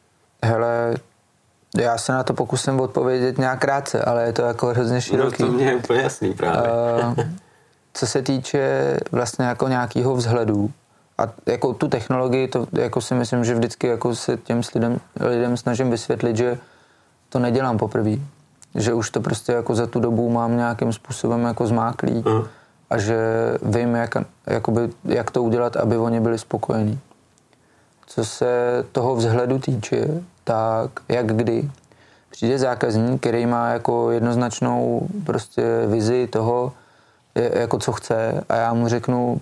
Hele, já se na to pokusím odpovědět nějak krátce, ale je to jako hrozně široký. No to mě je úplně jasný právě. Uh, co se týče vlastně jako nějakého vzhledu, a jako tu technologii, to jako si myslím, že vždycky jako se těm lidem, lidem snažím vysvětlit, že to nedělám poprvé. Že už to prostě jako za tu dobu mám nějakým způsobem jako zmáklý uh. a že vím, jak, jakoby, jak to udělat, aby oni byli spokojení. Co se toho vzhledu týče, tak jak kdy přijde zákazník, který má jako jednoznačnou prostě vizi toho, jako co chce a já mu řeknu,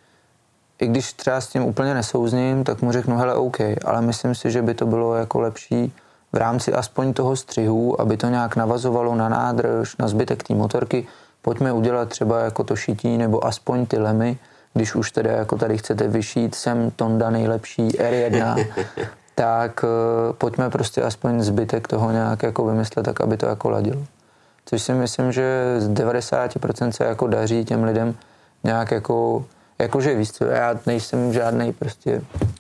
i když třeba s tím úplně nesouzním, tak mu řeknu, hele, OK, ale myslím si, že by to bylo jako lepší v rámci aspoň toho střihu, aby to nějak navazovalo na nádrž, na zbytek té motorky. Pojďme udělat třeba jako to šití, nebo aspoň ty lemy, když už teda jako tady chcete vyšít sem Tonda nejlepší R jedna, tak uh, pojďme prostě aspoň zbytek toho nějak jako vymyslet, tak aby to jako ladilo. Což si myslím, že z devadesát procent se jako daří těm lidem nějak jako jakože víš co, já nejsem žádnej prostě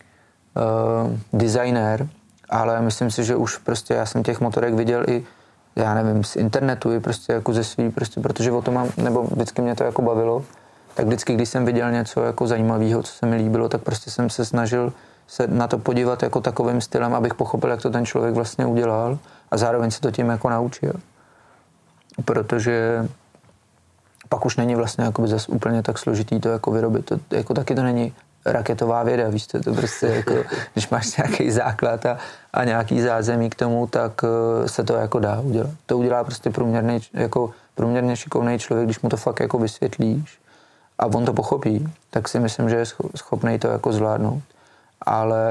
uh, designér, ale myslím si, že už prostě já jsem těch motorek viděl i, já nevím, z internetu i prostě jako ze svý, prostě protože o to mám, nebo vždycky mě to jako bavilo, tak vždycky, když jsem viděl něco jako zajímavého, co se mi líbilo, tak prostě jsem se snažil se na to podívat jako takovým stylem, abych pochopil, jak to ten člověk vlastně udělal a zároveň se to tím jako naučil. Protože pak už není vlastně jako zase úplně tak složitý to jako vyrobit. To, jako taky to není raketová věda, víš co, to prostě jako, když máš nějaký základ a, a nějaký zázemí k tomu, tak uh, se to jako dá udělat. To udělá prostě průměrný, jako průměrně šikovný člověk, když mu to fakt jako vysvětlíš a on to pochopí, tak si myslím, že je schopný to jako zvládnout. Ale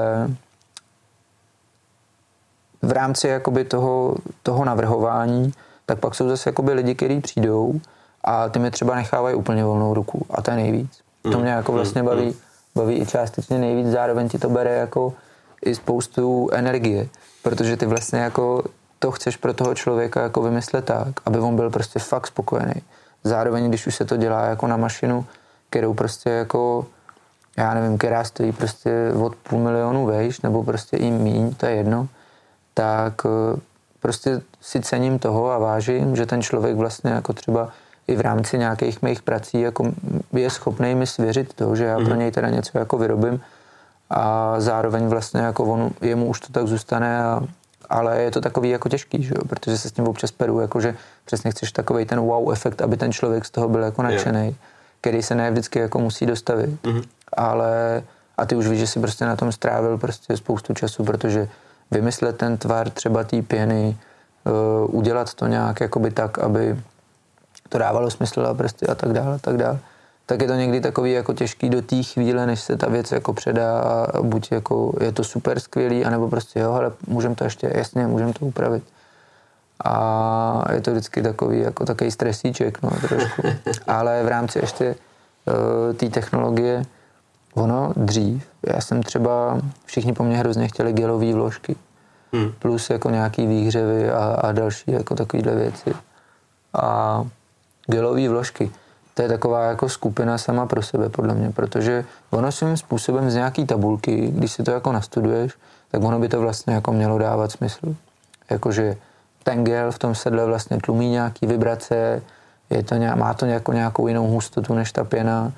v rámci jakoby toho, toho navrhování, tak pak jsou zase jakoby lidi, kteří přijdou a ty mi třeba nechávají úplně volnou ruku a to je nejvíc. To mě jako vlastně baví, baví i částečně nejvíc, zároveň ti to bere jako i spoustu energie, protože ty vlastně jako to chceš pro toho člověka jako vymyslet tak, aby on byl prostě fakt spokojený. Zároveň, když už se to dělá jako na mašinu, kterou prostě jako, já nevím, která stojí prostě od půl milionu vejš, nebo prostě i míň, to je jedno, tak prostě si cením toho a vážím, že ten člověk vlastně jako třeba i v rámci nějakých mých prací jako je schopný mi svěřit to, že já pro něj teda něco jako vyrobím a zároveň vlastně jako on, jemu už to tak zůstane, a, ale je to takový jako těžký, že jo? Protože se s tím občas peru, jakože přesně chceš takovej ten wow efekt, aby ten člověk z toho byl jako nadšenej, yeah. který se ne vždycky jako musí dostavit, mm-hmm. ale a ty už víš, že si prostě na tom strávil prostě spoustu času, protože vymyslet ten tvar třeba té pěny, uh, udělat to nějak jakoby tak, aby to dávalo smysl a prostě a tak dále, a tak dále. Tak je to někdy takový jako těžký do té chvíle, než se ta věc jako předá a buď jako je to super skvělý, anebo prostě jo, ale můžeme to ještě, jasně, můžeme to upravit. A je to vždycky takový jako takový stresíček, no trošku. Ale v rámci ještě uh, té technologie, ono dřív, já jsem třeba, všichni po mně hrozně chtěli gelové vložky, hmm. plus jako nějaký výhřevy a, a další jako takovýhle věci. A gelové vložky, to je taková jako skupina sama pro sebe, podle mě, protože ono svým způsobem z nějaký tabulky, když si to jako nastuduješ, tak ono by to vlastně jako mělo dávat smysl. Jakože ten gel v tom sedle vlastně tlumí nějaký vibrace, je to nějak, má to nějakou, nějakou jinou hustotu než ta pěna, mm-hmm.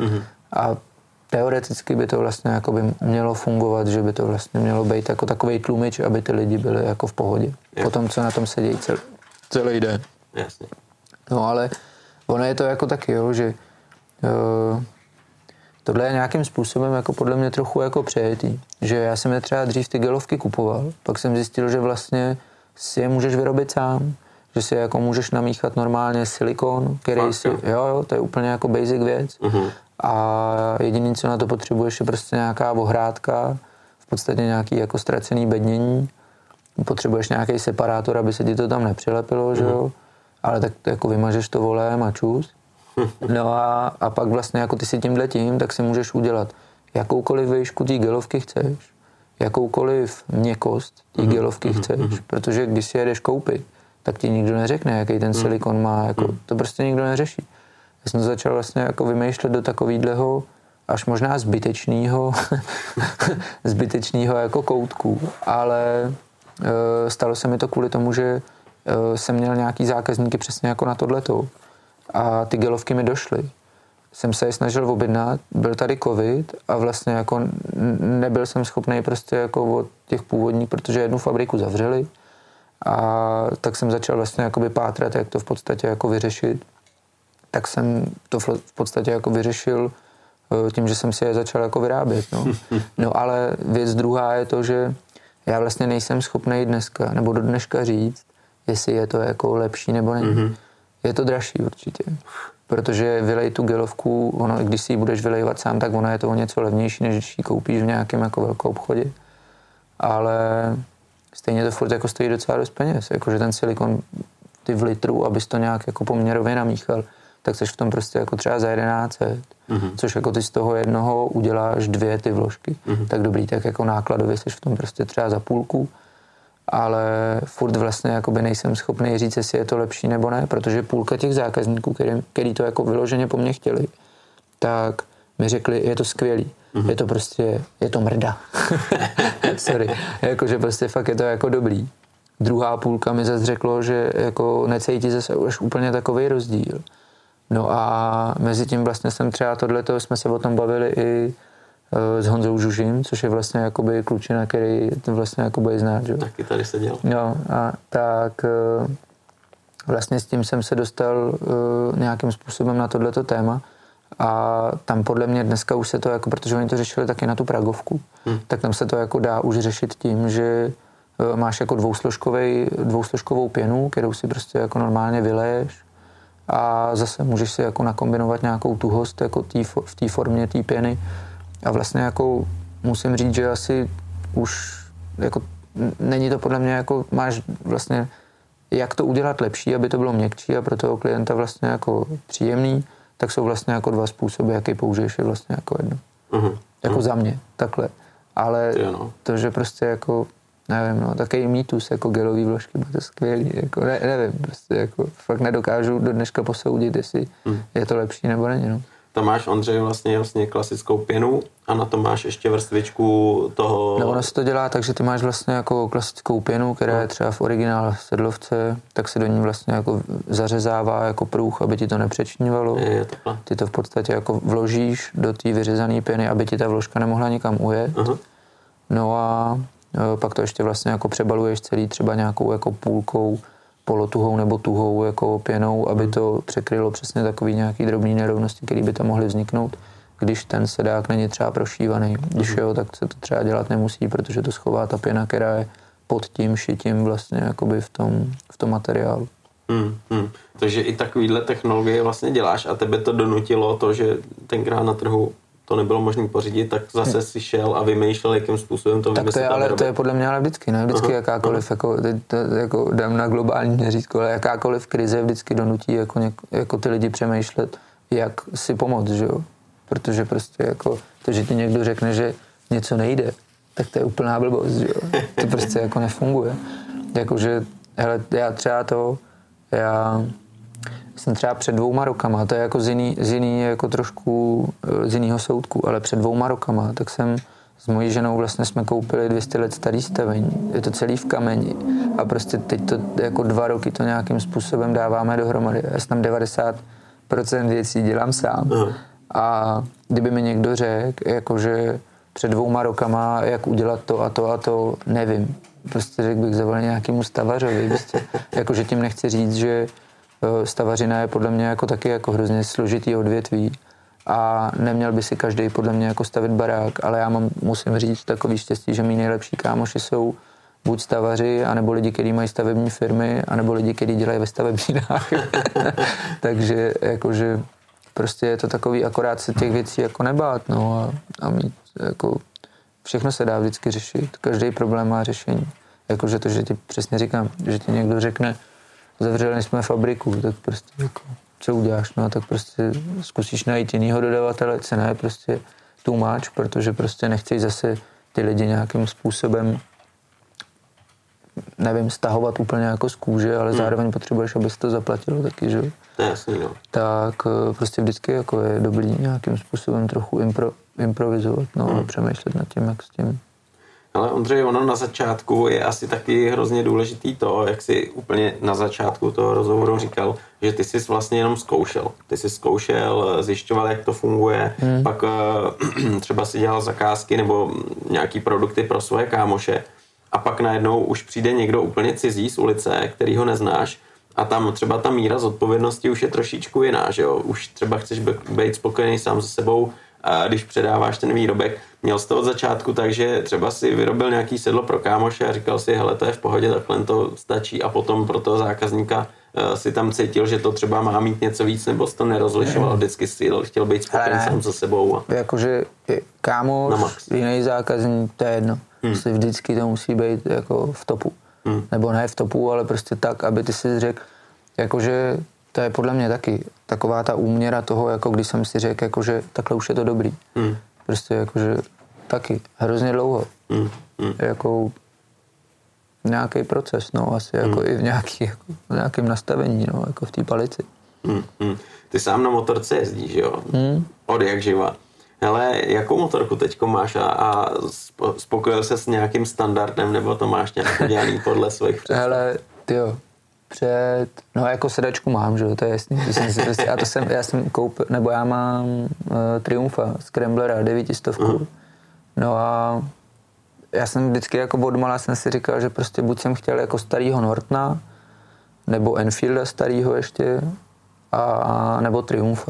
A teoreticky by to vlastně jako by mělo fungovat, že by to vlastně mělo být jako takovej tlumič, aby ty lidi byli jako v pohodě. Jasně. Po tom, co na tom sedějí celý, celý den. Jasně. No ale ono je to jako taky, jo, že uh, tohle je nějakým způsobem jako podle mě trochu jako přejetý. Že já jsem je třeba dřív ty gelovky kupoval, pak jsem zjistil, že vlastně si je můžeš vyrobit sám, že si jako můžeš namíchat normálně silikon, který Fakt, si, jo, jo, to je úplně jako basic věc. Uh-huh. A jediný, co na to potřebuješ, je prostě nějaká ohrádka, v podstatě nějaký jako ztracený bednění. Potřebuješ nějaký separátor, aby se ti to tam nepřilepilo, uh-huh. že jo. Ale tak jako vymažeš to volém a čus. No a, a pak vlastně jako ty si tímhletím, tak si můžeš udělat jakoukoliv výšku té gelovky chceš, jakoukoliv měkkost té uh-huh. gelovky uh-huh. chceš, uh-huh. protože když si jedeš koupit, tak ti nikdo neřekne, jaký ten silikon má, jako, to prostě nikdo neřeší. Já jsem to začal vlastně jako vymýšlet do takovýhleho až možná zbytečného zbytečného jako koutku, ale e, stalo se mi to kvůli tomu, že e, jsem měl nějaký zákazníky přesně jako na tohleto a ty gelovky mi došly. Jsem se je snažil objednat, byl tady covid a vlastně jako nebyl jsem schopný prostě jako od těch původních, protože jednu fabriku zavřeli. A tak jsem začal vlastně jakoby pátrat, jak to v podstatě jako vyřešit. Tak jsem to v podstatě jako vyřešil tím, že jsem si je začal jako vyrábět. No, no ale věc druhá je to, že já vlastně nejsem schopný dneska, nebo do dneška říct, jestli je to jako lepší nebo není. Mm-hmm. Je to dražší určitě. Protože vylej tu gelovku, ono, když si ji budeš vylejvat sám, tak ona je to o něco levnější, než když ji koupíš v nějakém jako velkou obchodě. Ale stejně to furt jako stojí docela dost peněz. Jakože ten silikon, ty v litru, abys to nějak jako poměrově namíchal, tak seš v tom prostě jako třeba za jedenáct set. Mm-hmm. Což jako ty z toho jednoho uděláš dvě ty vložky. Mm-hmm. Tak dobrý, tak jako nákladově seš v tom prostě třeba za půlku. Ale furt vlastně jakoby nejsem schopný říct, jestli je to lepší nebo ne, protože půlka těch zákazníků, který, který to jako vyloženě po mně chtěli, tak mi řekli, je to skvělý. Mm-hmm. Je to prostě, je to mrda. Sorry. Jakože prostě fakt je to jako dobrý. Druhá půlka mi zase řeklo, že jako necítí zase už úplně takovej rozdíl. No a mezi tím vlastně jsem třeba tohleto, jsme se o tom bavili i uh, s Honzou Žužím, což je vlastně jakoby klučina, který vlastně jakoby zná, že? Taky tady seděl. No a tak uh, vlastně s tím jsem se dostal uh, nějakým způsobem na tohleto téma. A tam podle mě dneska už se to, jako, protože oni to řešili taky na tu pragovku, hmm. tak tam se to jako dá už řešit tím, že uh, máš jako dvousložkovej, dvousložkovou pěnu, kterou si prostě jako normálně vyleješ a zase můžeš si jako nakombinovat nějakou tuhost jako tý, v té formě té pěny a vlastně jako musím říct, že asi už jako není to podle mě jako máš vlastně jak to udělat lepší, aby to bylo měkčí a pro toho klienta vlastně jako příjemný, tak jsou vlastně jako dva způsoby, jaký použiješ, je vlastně jako jedno. Uh-huh. Jako uh-huh. za mě, takhle. Ale no. to, že prostě jako, nevím, no, takový mýtus, jako gelový vložky, to je skvělý, jako, ne, nevím, prostě jako fakt nedokážu do dneška posoudit, jestli uh-huh. je to lepší nebo není, no. Tam máš, Ondřej, vlastně vlastně klasickou pěnu a na to máš ještě vrstvičku toho... No ono se to dělá tak, že ty máš vlastně jako klasickou pěnu, která no. je třeba v originál sedlovce, tak se do ní vlastně jako zařezává jako pruh, aby ti to nepřečnívalo. Je, je ty to v podstatě jako vložíš do té vyřezané pěny, aby ti ta vložka nemohla nikam ujet. Uh-huh. No a pak to ještě vlastně jako přebaluješ celý třeba nějakou jako půlkou polotuhou nebo tuhou jako pěnou, aby to překrylo přesně takový nějaký drobný nerovnosti, které by tam mohly vzniknout, když ten sedák není třeba prošívaný. Když jo, tak se to třeba dělat nemusí, protože to schová ta pěna, která je pod tím šitím vlastně jakoby v tom, v tom materiálu. Hmm, hmm. Takže i takovýhle technologie vlastně děláš a tebe to donutilo to, že tenkrát na trhu to nebylo možné pořídit, tak zase si šel a vymýšlel, jakým způsobem to vymyslet. Tak to je, ale to je podle mě ale vždycky, ne? Vždycky aha, jakákoliv, aha. jako, teď to, jako dám na globální měřítko, ale jakákoliv krize vždycky donutí jako, něk, jako ty lidi přemýšlet, jak si pomoct, že jo? Protože prostě jako to, že ti někdo řekne, že něco nejde, tak to je úplná blbost, že jo? To prostě jako nefunguje. Jakože, hele, já třeba to, já jsem třeba před dvouma rokama, to je jako z jiný, z jiný jako trošku z jinýho soudku, ale před dvouma rokama, tak jsem s mojí ženou vlastně jsme koupili dvě stě let starý stavení. Je to celý v kameni a prostě teď to jako dva roky to nějakým způsobem dáváme dohromady. Já jsem tam devadesát procent věcí dělám sám. Uh-huh. A kdyby mi někdo řekl, jakože před dvouma rokama, jak udělat to a to a to, nevím. Prostě řekl bych, zavolal nějakému stavařovi. Prostě. Jakože tím nechci říct, že stavařina je podle mě jako taky jako hrozně složitý odvětví a neměl by si každý podle mě jako stavit barák, ale já mám, musím říct, takový štěstí, že mý nejlepší kámoši jsou buď stavaři, anebo lidi, kteří mají stavební firmy, anebo lidi, kteří dělají ve stavebninách. Takže jakože prostě je to takový, akorát se těch věcí jako nebát, no a, a mít jako všechno se dá vždycky řešit, každý problém má řešení. Jakože to, že ti přesně říkám, že ti někdo řekne, zavřeli jsme fabriku, tak prostě jako, co uděláš, no tak prostě zkusíš najít jinýho dodavatele, cena je prostě too much, protože prostě nechceš zase ty lidi nějakým způsobem, nevím, stahovat úplně jako z kůže, ale hmm. zároveň potřebuješ, aby se to zaplatilo taky, že? Jasný, no. Tak prostě vždycky jako je dobrý nějakým způsobem trochu impro, improvizovat, no, hmm. a přemýšlet nad tím, jak s tím. Ale Ondřej, ono na začátku je asi taky hrozně důležitý to, jak jsi úplně na začátku toho rozhovoru říkal, že ty jsi vlastně jenom zkoušel. Ty jsi zkoušel, zjišťoval, jak to funguje, hmm. pak třeba si dělal zakázky nebo nějaký produkty pro svoje kámoše a pak najednou už přijde někdo úplně cizí z ulice, který ho neznáš a tam třeba ta míra zodpovědnosti už je trošičku jiná, že jo? Už třeba chceš být spokojený sám se sebou, a když předáváš ten výrobek. Měl jsi to od začátku, takže třeba si vyrobil nějaký sedlo pro kámoše a říkal si, hele, to je v pohodě, takhle to stačí a potom pro toho zákazníka uh, si tam cítil, že to třeba má mít něco víc, nebo jsi to nerozlišoval, vždycky si chtěl být spokojený sám se sebou. A... Jakože kámoš, jiný zákazník, to je jedno. Hmm. Vždycky to musí být jako v topu. Hmm. Nebo ne v topu, ale prostě tak, aby ty si řekl, jakože to je podle mě taky taková ta úměra toho, jako když jsem si řekl, jakože takhle už je to dobrý. Hmm. Prostě jakože taky hrozně dlouho. Hmm. Hmm. Jako nějaký proces, no, asi hmm. jako i v, nějaký, jako, v nějakém nastavení, no, jako v té palici. Hmm. Hmm. Ty sám na motorce jezdíš, jo? Hmm. Od jak živa. Hele, jakou motorku teďko máš a, a spokojil se s nějakým standardem, nebo to máš nějak udělaný podle svých představ? Hele, tyjo, před, no jako sedačku mám, že to je jasný, to jsem si prostě, a to jsem, já jsem koupil, nebo já mám uh, Triumfa, Scramblera, devítistovku, uh-huh. No a já jsem vždycky jako odmala jsem si říkal, že prostě buď jsem chtěl jako starýho Nortona, nebo Enfielda starýho ještě, a, nebo Triumfa.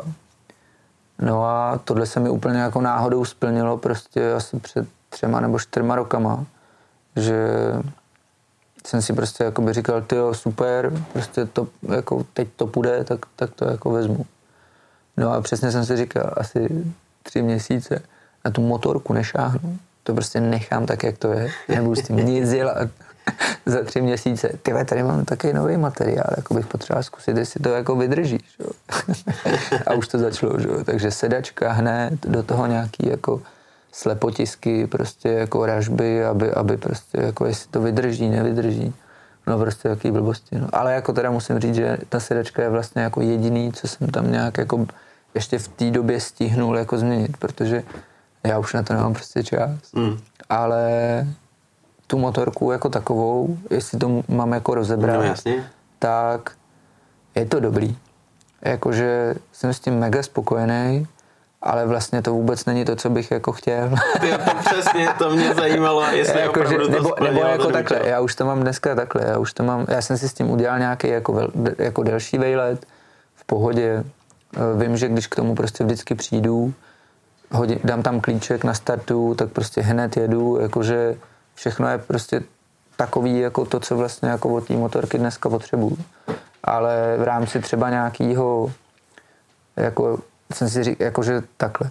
No a tohle se mi úplně jako náhodou splnilo prostě asi před třema nebo čtyřma rokama, že jsem si prostě jakoby říkal, tyjo, super, prostě to, jako teď to půjde, tak, tak to jako vezmu. No a přesně jsem si říkal, asi tři měsíce na tu motorku nešáhnu, to prostě nechám tak, jak to je, nebudu s tím nic dělat. Za tři měsíce, tyhle, tady mám takový nový materiál, jako bych potřeboval zkusit, jestli to jako vydrží, že? A už to začalo, že? Takže sedačka hned, do toho nějaký jako slepotisky, prostě jako ražby, aby, aby prostě jako jestli to vydrží, nevydrží, no prostě jaký blbosti, no. Ale jako teda musím říct, že ta sedačka je vlastně jako jediný, co jsem tam nějak jako ještě v té době stihnul jako změnit, protože já už na to nemám prostě čas, mm. ale tu motorku jako takovou, jestli to mám jako rozebrat, no, jasně. Tak je to dobrý. Jakože jsem s tím mega spokojený, ale vlastně to vůbec není to, co bych jako chtěl. Ty, to přesně, to mě zajímalo, jestli jako opravdu že, to nebo, splnilo. Nebo jako takhle, já už to mám dneska takhle, já už to mám, já jsem si s tím udělal nějaký jako, vel, jako delší vejlet, v pohodě. Vím, že když k tomu prostě vždycky přijdu, hodím, dám tam klíček na startu, tak prostě hned jedu, jakože všechno je prostě takový, jako to, co vlastně jako od té motorky dneska potřebuju. Ale v rámci třeba nějakýho, jako jsem si říkal, jakože takhle,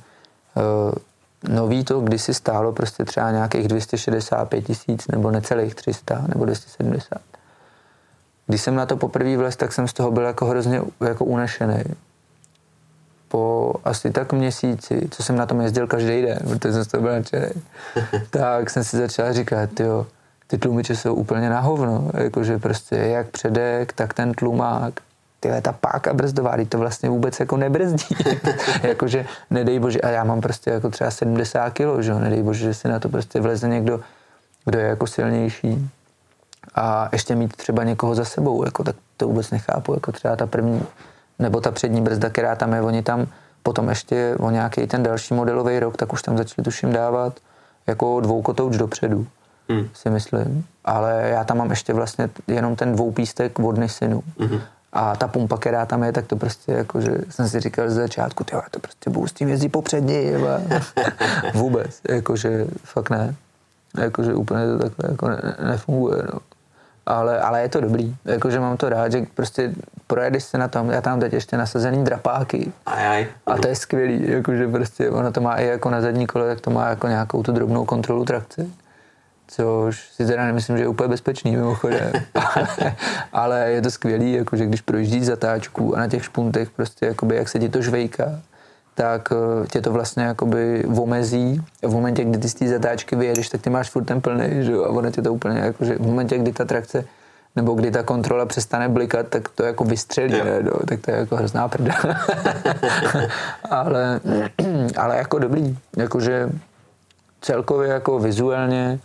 uh, nový to kdysi stálo prostě třeba nějakých dvě stě šedesát pět tisíc, nebo necelých tři sta, nebo dvě stě sedmdesát. Když jsem na to poprvé vlez, tak jsem z toho byl jako hrozně jako unešený. Po asi tak měsíci, co jsem na tom jezdil každý den, protože jsem z toho byl nadšený, tak jsem si začal říkat, tyjo, ty tlumiče jsou úplně na hovno, jakože prostě jak předek, tak ten tlumák, tyhle, ta páka brzdová, to vlastně vůbec jako nebrzdí, jakože nedej bože, a já mám prostě jako třeba sedmdesát kilo, že jo, nedej bože, že si na to prostě vleze někdo, kdo je jako silnější a ještě mít třeba někoho za sebou, jako tak to vůbec nechápu, jako třeba ta první nebo ta přední brzda, která tam je, oni tam potom ještě o nějaký ten další modelový rok, tak už tam začali tuším dávat jako dvoukotouč dopředu, hmm. si myslím. Ale já tam mám ještě vlastně jenom ten dvoupístek od Nissinu. Hmm. A ta pumpa, která tam je, tak to prostě jako, že jsem si říkal z začátku, tyjo, to prostě budu s tím jezdit popřední, vůbec, jakože fakt ne. Jakože úplně to takhle jako ne, nefunguje, no. Ale, ale je to dobrý, jakože mám to rád, že prostě projedeš se na tom, já tam teď ještě nasazený drapáky aj, aj. A to je skvělý, jakože prostě ono to má i jako na zadní kole, tak to má jako nějakou tu drobnou kontrolu trakce, což si teda nemyslím, že je úplně bezpečný mimochodem, ale, ale je to skvělý, jakože když projíždíš zatáčku a na těch špuntech prostě jakoby jak se ti to žvejká, tak tě to vlastně jakoby omezí. V momentě, kdy ty z té zatáčky vyjedeš, tak ty máš furt ten plný, že jo? A ono tě to úplně jakože v momentě, kdy ta trakce nebo kdy ta kontrola přestane blikat, tak to jako vystřelí, ne, no? Tak to je jako hrozná prda. ale, ale jako dobrý, jakože celkově jako vizuálně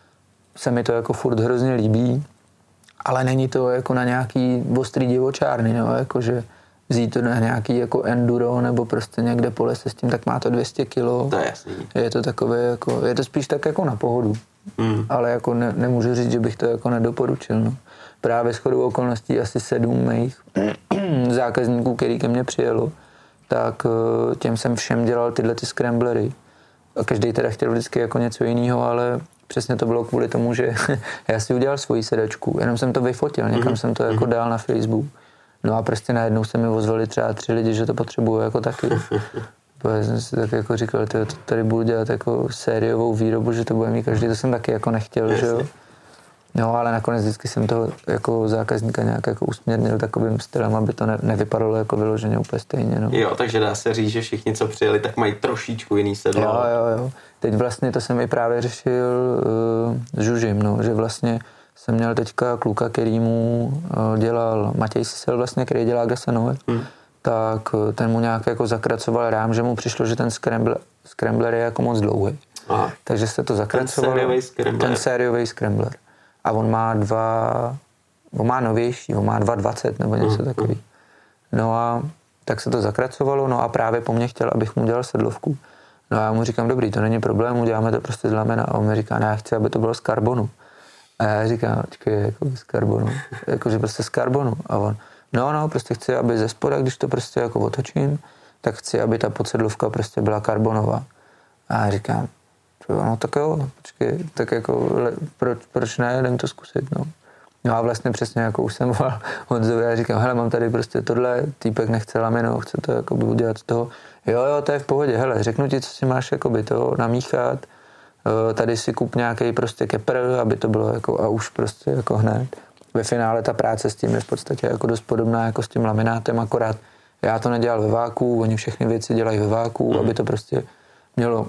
se mi to jako furt hrozně líbí, ale není to jako na nějaký ostrý divočárny, no? Jakože vzít to na nějaký jako enduro nebo prostě někde po lese s tím, tak má to dvě stě kilo. To je jasný. Je to takové jako, je to spíš tak jako na pohodu. Mm. Ale jako ne, nemůžu říct, že bych to jako nedoporučil. No. Právě shodou okolností asi sedm mých zákazníků, který ke mně přijelo, tak těm jsem všem dělal tyhle ty scramblery. A každý teda chtěl vždycky jako něco jiného, ale přesně to bylo kvůli tomu, že já si udělal svoji sedačku, jenom jsem to vyfotil, někam mm. jsem to jako dal na Facebook. No a prostě najednou se mi ozvali třeba tři lidi, že to potřebuju jako taky. Já jsem si tak jako říkal, to tady budu dělat jako sériovou výrobu, že to bude mít každý, to jsem taky jako nechtěl, že jo. No, ale nakonec vždycky jsem toho jako zákazníka nějak jako usměrnil takovým stylem, aby to ne, nevypadalo jako vyloženě úplně stejně, no. Jo, takže dá se říct, že všichni, co přijeli, tak mají trošičku jiný sedlo. Jo, jo, jo. Teď vlastně to jsem i právě řešil uh, s Žužím, no, že vlastně jsem měl teďka kluka, který mu uh, dělal, Matěj Sisel vlastně, který dělá Gasenové, hmm. tak uh, ten mu nějak jako zakracoval rám, že mu přišlo, že ten scrambler, scrambler je jako moc dlouhý. Aha. Takže se to zakracovalo. Ten sériový scrambler. Ten sériový scrambler. A on má dva, on má novější, on má dva dvacet nebo něco mm, takový. No a tak se to zakracovalo, no a právě po mně chtěl, abych mu dělal sedlovku. No a já mu říkám, dobrý, to není problém, uděláme to prostě z lamena. A on mi říká, ne, já chci, aby to bylo z karbonu. A já říkám, počkej, jako z karbonu, jakože prostě z karbonu. A on, no, no, prostě chci, aby ze spoda, když to prostě jako otočím, tak chci, aby ta podsedlovka prostě byla karbonová. A já říkám, no tak jo, počkej, tak jako proč, proč ne, jdem to zkusit, no. No a vlastně přesně jako už jsem volal Honzovi a říkám, hele, mám tady prostě tohle, týpek nechce lamino, chce to jakoby udělat z toho. Jo, jo, to je v pohodě, hele, řeknu ti, co si máš jakoby to namíchat, tady si kup nějaký prostě kepr, aby to bylo jako a už prostě jako hned. Ve finále ta práce s tím je v podstatě jako dost podobná jako s tím laminátem, akorát já to nedělal ve váku, oni všechny věci dělají ve váku, mm. aby to prostě mělo...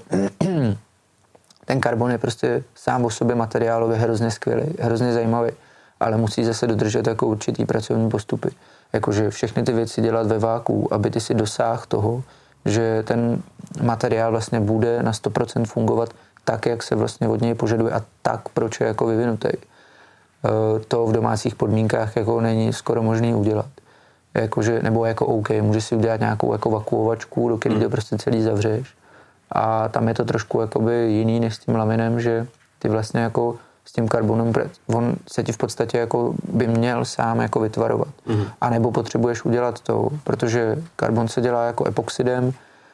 Ten karbon je prostě sám o sobě materiálově hrozně skvělý, hrozně zajímavý, ale musí zase dodržet jako určitý pracovní postupy. Jakože všechny ty věci dělat ve váku, aby ty si dosáhl toho, že ten materiál vlastně bude na sto procent fungovat tak, jak se vlastně od něj požaduje a tak, proč je jako vyvinutý. To v domácích podmínkách jako není skoro možný udělat. Jakože, nebo jako OK, můžeš si udělat nějakou jako vakuovačku, do který to prostě celý zavřeš. A tam je to trošku jakoby jiný než s tím laminem, že ty vlastně jako s tím karbonem, on se ti v podstatě jako by měl sám jako vytvarovat. Mm. A nebo potřebuješ udělat to, protože karbon se dělá jako epoxidem,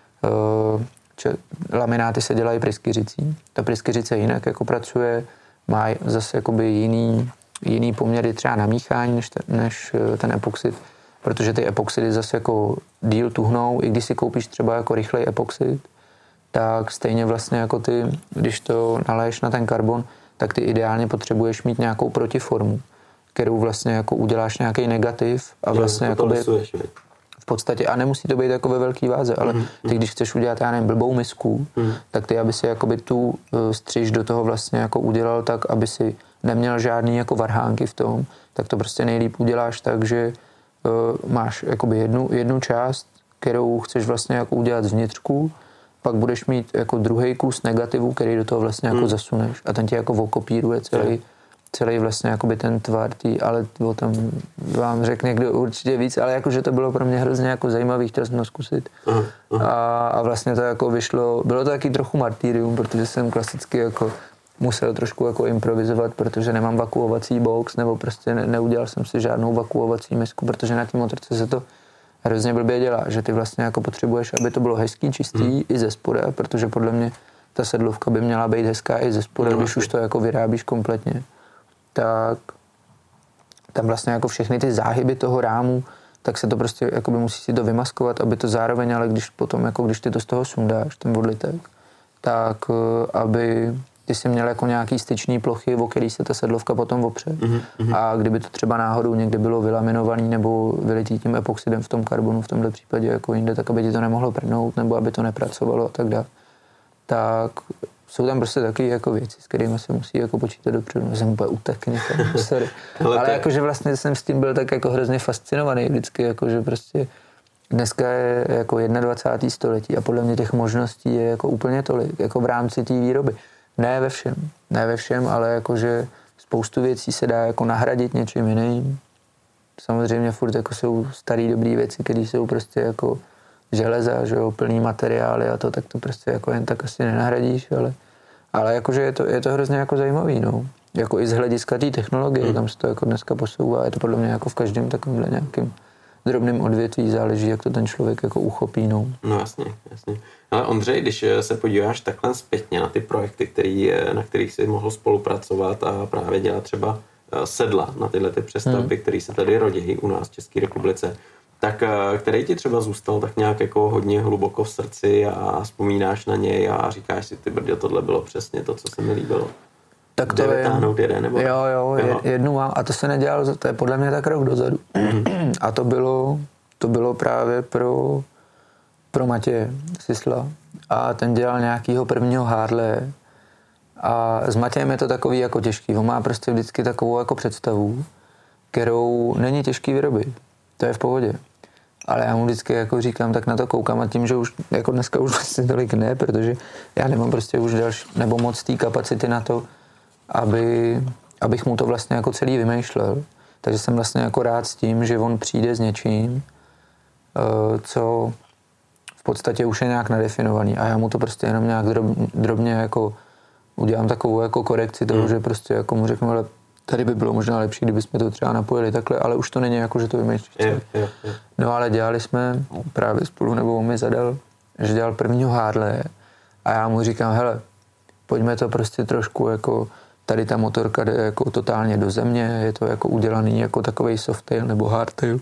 če, lamináty se dělají pryskyřicí. Ta pryskyřice jinak jako pracuje, má zase jakoby jiný, jiný poměry třeba namíchání než, te, než ten epoxid, protože ty epoxidy zase jako díl tuhnou, i když si koupíš třeba jako rychlej epoxid, tak stejně vlastně jako ty, když to naléješ na ten karbon, tak ty ideálně potřebuješ mít nějakou protiformu, kterou vlastně jako uděláš nějaký negativ a vlastně jako v podstatě, a nemusí to být jako ve velký váze, ale mm, ty, když chceš udělat, já nevím, blbou misku, mm. tak ty, aby si jakoby tu střiž do toho vlastně jako udělal tak, aby si neměl žádný jako varhánky v tom, tak to prostě nejlíp uděláš tak, že uh, máš jakoby jednu, jednu část, kterou chceš vlastně jako udělat zvnitřku, pak budeš mít jako druhý kus negativů, který do toho vlastně jako hmm. zasuneš a ten ti jako okopíruje celý, celý vlastně jakoby ten tvar tý, ale o tom vám řekne někdo určitě víc, ale jakože to bylo pro mě hrozně jako zajímavý, chtěl jsem to zkusit. Uh, uh. A, a vlastně to jako vyšlo, bylo to taky trochu martýrium, protože jsem klasicky jako musel trošku jako improvizovat, protože nemám vakuovací box, nebo prostě ne, neudělal jsem si žádnou vakuovací misku, protože na té motorce se to hrozně blbě dělá, že ty vlastně jako potřebuješ, aby to bylo hezký, čistý hmm. i ze spoda, protože podle mě ta sedlovka by měla být hezká i ze spoda, no, když už to jako vyrábíš kompletně. Tak tam vlastně jako všechny ty záhyby toho rámu, tak se to prostě jakoby musí si to vymaskovat, aby to zároveň, ale když potom, jako když ty to z toho sundáš, ten odlitek, tak aby ty jsi měl jako nějaký styční plochy, o který se ta sedlovka potom opře. Mm-hmm. A kdyby to třeba náhodou někdy bylo vylaminovaný nebo vylitý tím epoxidem v tom karbonu, v tomhle případě jako jinde, tak aby ti to nemohlo prdnout nebo aby to nepracovalo a tak dále. Tak jsou tam prostě takové jako věci, s kterými se musí jako počítat dopředu. Jsem úplně utek někam, sorry. Ale jakože vlastně jsem s tím byl tak jako hrozně fascinovaný vždycky, jakože prostě dneska je jako dvacátého prvního století a podle mě těch možností je jako úplně tolik, jako v rámci té výroby. Ne ve všem, ne ve všem, ale jakože spoustu věcí se dá jako nahradit něčím jiným. Samozřejmě furt jako jsou starý dobrý věci, které jsou prostě jako železa, že jo, plný materiály a to, tak to prostě jako jen tak asi nenahradíš, ale, ale jakože je to, je to hrozně jako zajímavý, no. Jako i z hlediska té technologie, hmm. tam se to jako dneska posouvá, je to podle mě jako v každém takovémhle nějakým drobným odvětví, záleží, jak to ten člověk jako uchopí, no. No jasně, jasně. Ale Ondřej, když se podíváš takhle zpětně na ty projekty, který, na kterých jsi mohl spolupracovat a právě dělat třeba sedla na tyhle ty přestavby, hmm. které se tady rodí u nás v České republice, tak který ti třeba zůstal tak nějak jako hodně hluboko v srdci a vzpomínáš na něj a říkáš si, ty brdě, tohle bylo přesně to, co se mi líbilo. Tak to je... jeden, nebo... Jo, jo, jo, jednu mám. A to se nedělalo, to je podle mě tak rok dozadu. Mm. A to bylo, to bylo právě pro, pro Matěje Sisla. A ten dělal nějakýho prvního Harley. A s Matějem je to takový jako těžký. On má prostě vždycky takovou jako představu, kterou není těžký vyrobit. To je v pohodě. Ale já mu vždycky jako říkám, tak na to koukám a tím, že už jako dneska už vlastně tolik ne, protože já nemám prostě už další, nebo moc té kapacity na to, aby, abych mu to vlastně jako celý vymýšlel. Takže jsem vlastně jako rád s tím, že on přijde s něčím, co v podstatě už je nějak nadefinovaný a já mu to prostě jenom nějak drobně, drobně jako udělám takovou jako korekci toho, mm. že prostě jako mu řeknu, ale tady by bylo možná lepší, kdybychom to třeba napojili takhle, ale už to není jako, že to vymýšlíš. Je, je, je. No ale dělali jsme právě spolu, nebo on mi zadal, že dělal prvního Harley a já mu říkám, hele, pojďme to prostě trošku jako, tady ta motorka jde jako totálně do země, je to jako udělaný jako takovej softail nebo hardtail.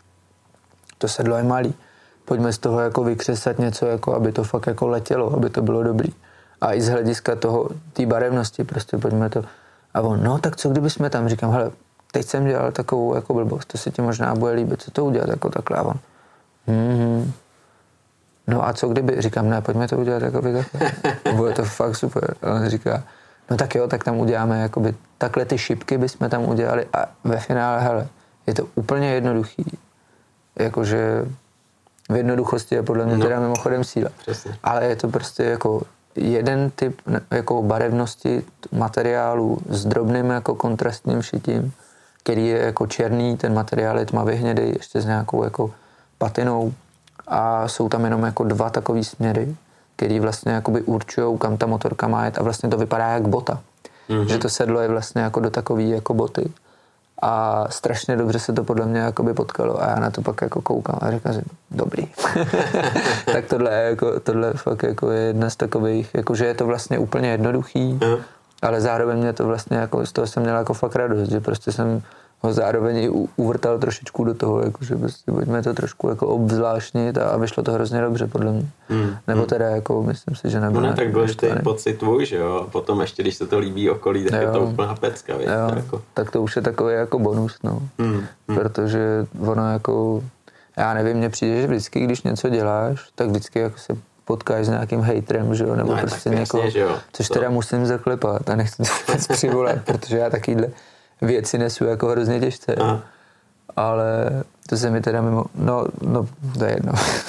To sedlo je malý. Pojďme z toho jako vykřesat něco, jako aby to fakt jako letělo, aby to bylo dobrý. A i z hlediska toho, té barevnosti prostě pojďme to. A on, no tak co kdyby jsme tam, říkám, hele, teď jsem dělal takovou jako blbost, to se ti možná bude líbit, co to udělat jako takhle. A on, mm-hmm. No a co kdyby, říkám, ne, pojďme to udělat jakoby takhle. Bude to fakt super. A on říká, no tak jo, tak tam uděláme jakoby takhle ty šipky bychom tam udělali a ve finále, hele, je to úplně jednoduchý. Jakože v jednoduchosti je podle mě no, teda mimochodem síla. Přesně. Ale je to prostě jako jeden typ jako barevnosti materiálu s drobným jako kontrastním šitím, který je jako černý, ten materiál je tmavě hnědý, ještě s nějakou jako patinou a jsou tam jenom jako dva takový směry, který vlastně jakoby určujou, kam ta motorka má jet a vlastně to vypadá jak bota. Mm-hmm. Že to sedlo je vlastně jako do takový jako boty. A strašně dobře se to podle mě jakoby potkalo a já na to pak jako koukám a říkám si, dobrý. Tak tohle je, jako, tohle fakt jako je jedna z takových, jako, že je to vlastně úplně jednoduchý, mm. ale zároveň mě to vlastně jako, z toho jsem měl jako fakt radost, že prostě jsem ho zároveň i uvrtal trošičku do toho, jako, že prostě pojďme to trošku jako obzvláštnit a, a vyšlo to hrozně dobře podle mě. Mm. Nebo teda jako, myslím si, že nebylo. No ne, tak důležitý pocit tvůj, že jo, a potom ještě, když se to líbí okolí, tak jo, je to úplná pecka, víš, jo, jako. Tak to už je takový jako bonus, no, mm. Mm. Protože ono jako, já nevím, mně přijde, že vždycky, když něco děláš, tak vždycky jako se potkáš s nějakým hejtrem, že jo, nebo no, prostě někoho, jasně, což to. Teda musím zaklepat a nechci to vůbec přivolat, protože já takovýhle věci nesu jako hrozně těžce. Aha. Ale to se mi teda mimo, no, no to je jedno.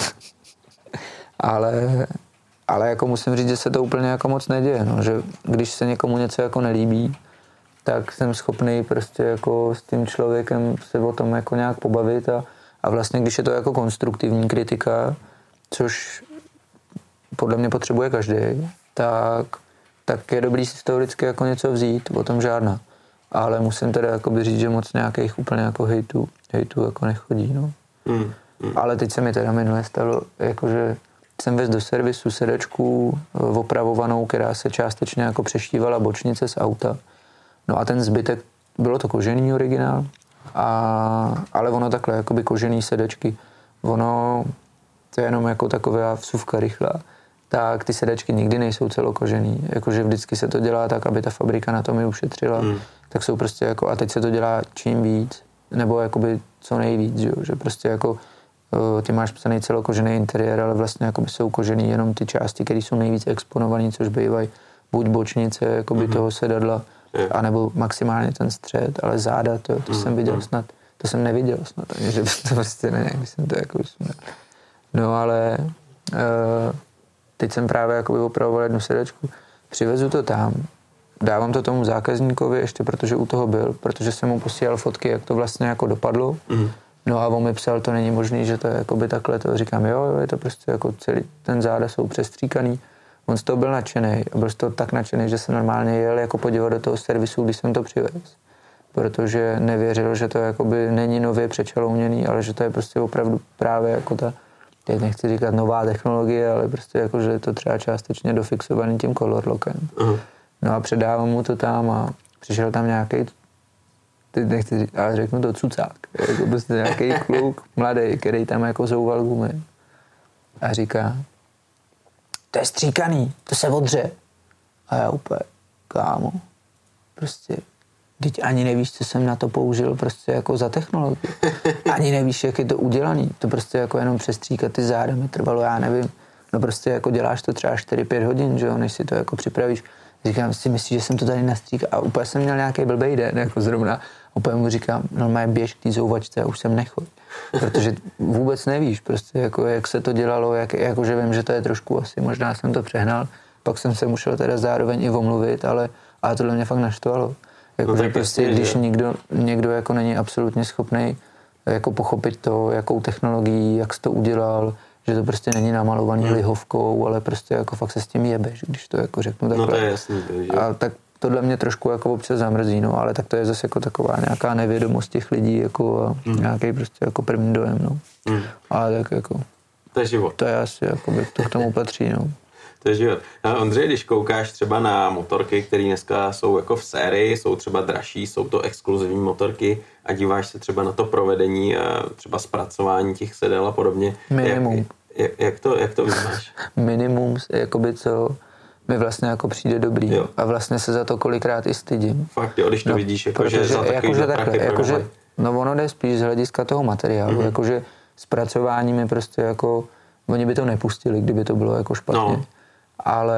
ale, ale jako musím říct, že se to úplně jako moc neděje, no, že když se někomu něco jako nelíbí, tak jsem schopný prostě jako s tím člověkem se o tom jako nějak pobavit a, a vlastně když je to jako konstruktivní kritika, což podle mě potřebuje každý, tak, tak je dobrý si z toho vždycky jako něco vzít, o tom žádná. Ale musím teda jakoby říct, že moc nějakých úplně jako hejtů, hejtů jako nechodí, no. Mm, mm. Ale teď se mi teda minule stalo, jakože jsem vez do servisu sedačku opravovanou, která se částečně jako přeštívala bočnice z auta. No a ten zbytek, bylo to kožený originál, a, ale ono takhle, jakoby kožený sedačky, ono, to je jenom jako taková vsuvka rychlá, tak ty sedačky nikdy nejsou celokožený, jakože vždycky se to dělá tak, aby ta fabrika na tom i ušetřila, mm. tak jsou prostě jako, a teď se to dělá čím víc, nebo jakoby co nejvíc, že, že prostě jako ty máš psaný celokožený interiér, ale vlastně jakoby jsou kožený jenom ty části, které jsou nejvíc exponované, což bývají buď bočnice jakoby mm-hmm. toho sedadla, je. anebo maximálně ten střed, ale záda, to, to mm-hmm. jsem viděl snad, to jsem neviděl snad, ani, že to prostě ne, jak jsem to jako usměl. No ale uh, teď jsem právě jakoby opravoval jednu sedačku, přivezu to tam, dávám to tomu zákazníkovi ještě, protože u toho byl, protože jsem mu posílal fotky, jak to vlastně jako dopadlo. Mm-hmm. No a on mi psal, to není možný, že to je jakoby takhle, to říkám, jo, jo, je to prostě jako celý, ten záda jsou přestříkaný. On z toho byl nadšený a byl z toho tak nadšený, že se normálně jel jako podívat do toho servisu, když jsem to přivez. Protože nevěřil, že to jakoby není nově přečalouněný, ale že to je prostě opravdu právě jako ta, teď nechci říkat nová technologie, ale prostě jako, že je to třeba částečně dofixovaný tím color lockem. Uh-huh. No a předávám mu to tam a přišel tam nějaký, teď nechci říct, ale řeknu to cucák, jako prostě nějaký kluk mladý, který tam jako zouval gumy a říká, to je stříkaný, to se odře. A já úplně, kámo, prostě, teď ani nevíš, co jsem na to použil prostě jako za technologii. Ani nevíš, jak je to udělaný. To prostě jako jenom přestříkat ty záda mi trvalo, já nevím. No prostě jako děláš to třeba čtyři pět hodin, že jo, než si to jako připravíš. Říkám si, myslíš, že jsem to tady nastříkal a úplně jsem měl nějaký blbej den, jako zrovna. A úplně mu říkám, normálně běž k té zouvačce a už jsem nechoď. Protože vůbec nevíš prostě, jako, jak se to dělalo, jak, jako, že vím, že to je trošku asi, možná jsem to přehnal. Pak jsem se musel teda zároveň i omluvit, ale, ale tohle mě fakt naštvalo. Jako, no že prostě, je, když že? někdo, někdo jako není absolutně schopný jako pochopit to, jakou technologií, jak jsi to udělal, že to prostě není namalovaný hmm. lihovkou, ale prostě jako fakt se s tím jebeš, když to jako řeknu takhle. No to je jasný. To je, že? A tak tohle mě trošku jako občas zamrzí, no, ale tak to je zase jako taková nějaká nevědomost těch lidí, jako a hmm. nějaký prostě jako první dojem, no. Hmm. Ale tak jako... To je život. To je asi, jako by to k tomu patří, no. To je život. No, Ondřej, když koukáš třeba na motorky, které dneska jsou jako v sérii, jsou třeba dražší, jsou to exkluzivní motorky a díváš se třeba na to provedení, třeba zpracování těch sedel a podobně. Minimum. Jak, jak, jak to, jak to vnímáš? Minimum, jakoby co mi vlastně jako přijde dobrý. Jo. A vlastně se za to kolikrát i stydím. Fakt jo, když to no, vidíš, jakože za takový jakože takhle, jakože, no ono jde spíš z hlediska toho materiálu, mm-hmm. jakože zpracování mi prostě jako, oni by to nepustili, kdyby to bylo jako špatně. No. Ale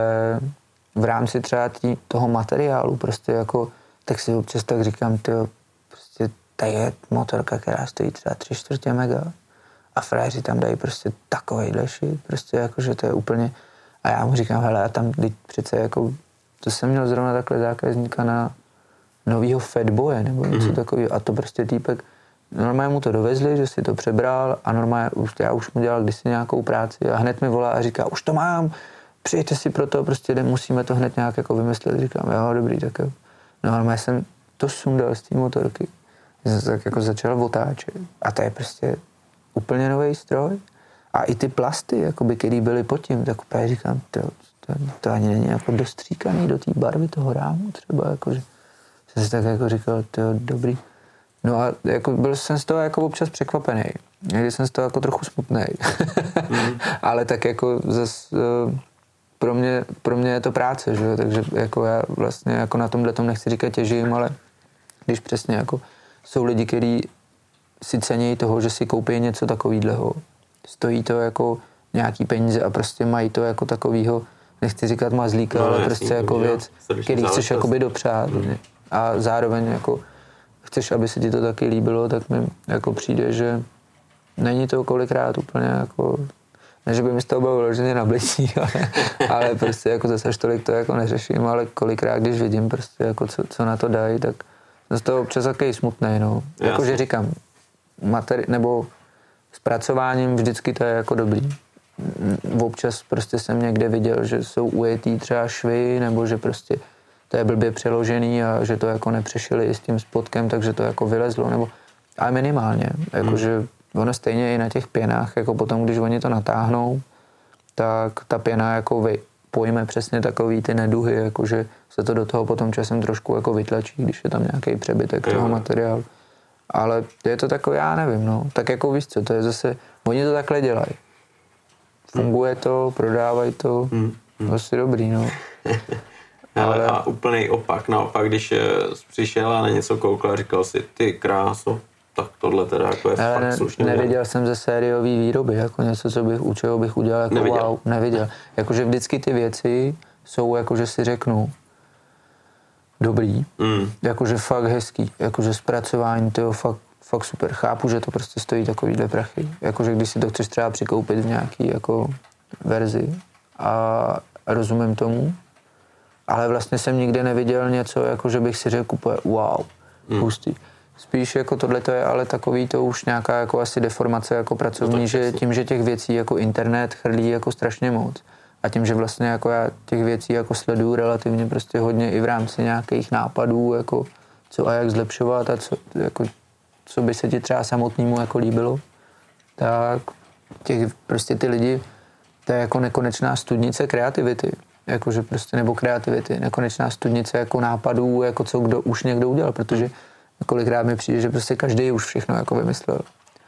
v rámci třeba tí, toho materiálu prostě jako, tak si občas tak říkám, tyjo, prostě tady je motorka, která stojí třeba tři čtvrtě mega a frajeři tam dají prostě takovejhle shit, prostě jako, že to je úplně, a já mu říkám, hele, a tam přece jako, to jsem měl zrovna takhle zákazníka na novýho Fatboye nebo něco mm-hmm. takového a to prostě týpek, normálně mu to dovezli, že si to přebral a normálně, už, já už mu dělal kdysi nějakou práci a hned mi volá a říká, už to mám, přijďte si pro to, prostě musíme to hned nějak jako vymyslet. Říkám, jo, dobrý, tak jo. No ale já jsem to sundal z té motorky. Jsem se tak jako začal otáčet. A to je prostě úplně nový stroj. A i ty plasty, jakoby, který byly pod tím, tak úplně říkám, to, to, to ani není jako dostříkaný do té barvy toho rámu třeba, jakože jsem si tak jako říkal, to je dobrý. No a jako byl jsem z toho jako občas překvapený. Někdy jsem z toho jako trochu smutný. mm. Ale tak jako zase pro mě, pro mě je to práce, že jo, takže jako já vlastně jako na tomhle tom nechci říkat těžím, ale když přesně jako jsou lidi, kteří si cení toho, že si koupí něco takovýhleho, stojí to jako nějaký peníze a prostě mají to jako takovýho, nechci říkat mazlíka, no, ale jasný, prostě jako věc, který chceš jakoby dopřát. Mm. A zároveň jako chceš, aby se ti to taky líbilo, tak mi jako přijde, že není to kolikrát úplně jako Ne, že by mi z toho bylo vyloženě na blicí, ale, ale prostě jako zase až tolik to jako neřeším, ale kolikrát, když vidím prostě jako co, co na to dají, tak z toho občas takový smutný, no. Jakože říkám, materi- nebo zpracováním vždycky to je jako dobrý. Občas prostě jsem někde viděl, že jsou ujetý třeba švy, nebo že prostě to je blbě přeložený a že to jako nepřešili s tím spodkem, takže to jako vylezlo, nebo ale minimálně, jakože hmm. ono stejně i na těch pěnách, jako potom, když oni to natáhnou, tak ta pěna jako vy, pojme přesně takový ty neduhy, jakože se to do toho potom časem trošku jako vytlačí, když je tam nějaký přebytek toho materiálu. Ale je to takové, já nevím, no, tak jako víš co, to je zase, oni to takhle dělají. Funguje to, prodávají to, hmm. asi dobrý, no. Ale a úplný opak, naopak, když přišel a na něco koukal a říkal si, ty kráso, tak tohle teda jako je ale fakt ne, slušně. Neviděl jsem ze sériový výroby, jako něco, co bych, u čeho bych udělal, jako neviděl. wow, neviděl. Jakože vždycky ty věci jsou, jakože si řeknu, dobrý, mm. jakože fakt hezký, jakože zpracování, tyjo, fakt, fakt super. Chápu, že to prostě stojí takovýhle prachy. Jakože když si to chceš třeba přikoupit v nějaký jako verzi a, a rozumím tomu, ale vlastně jsem nikde neviděl něco, jako že bych si řekl úplně wow, mm. hustý. Spíš jako tohle to je ale takový to už nějaká jako asi deformace jako pracovní, no že tím, že těch věcí jako internet chrlí jako strašně moc a tím, že vlastně jako já těch věcí jako sleduju relativně prostě hodně i v rámci nějakých nápadů, jako co a jak zlepšovat a co, jako, co by se ti třeba samotnému jako líbilo, tak těch prostě ty lidi, to je jako nekonečná studnice kreativity. Jakože prostě, nebo kreativity, nekonečná studnice jako nápadů, jako co kdo už někdo udělal, protože kolikrát mi přijde, že prostě každý už všechno jako vymyslel.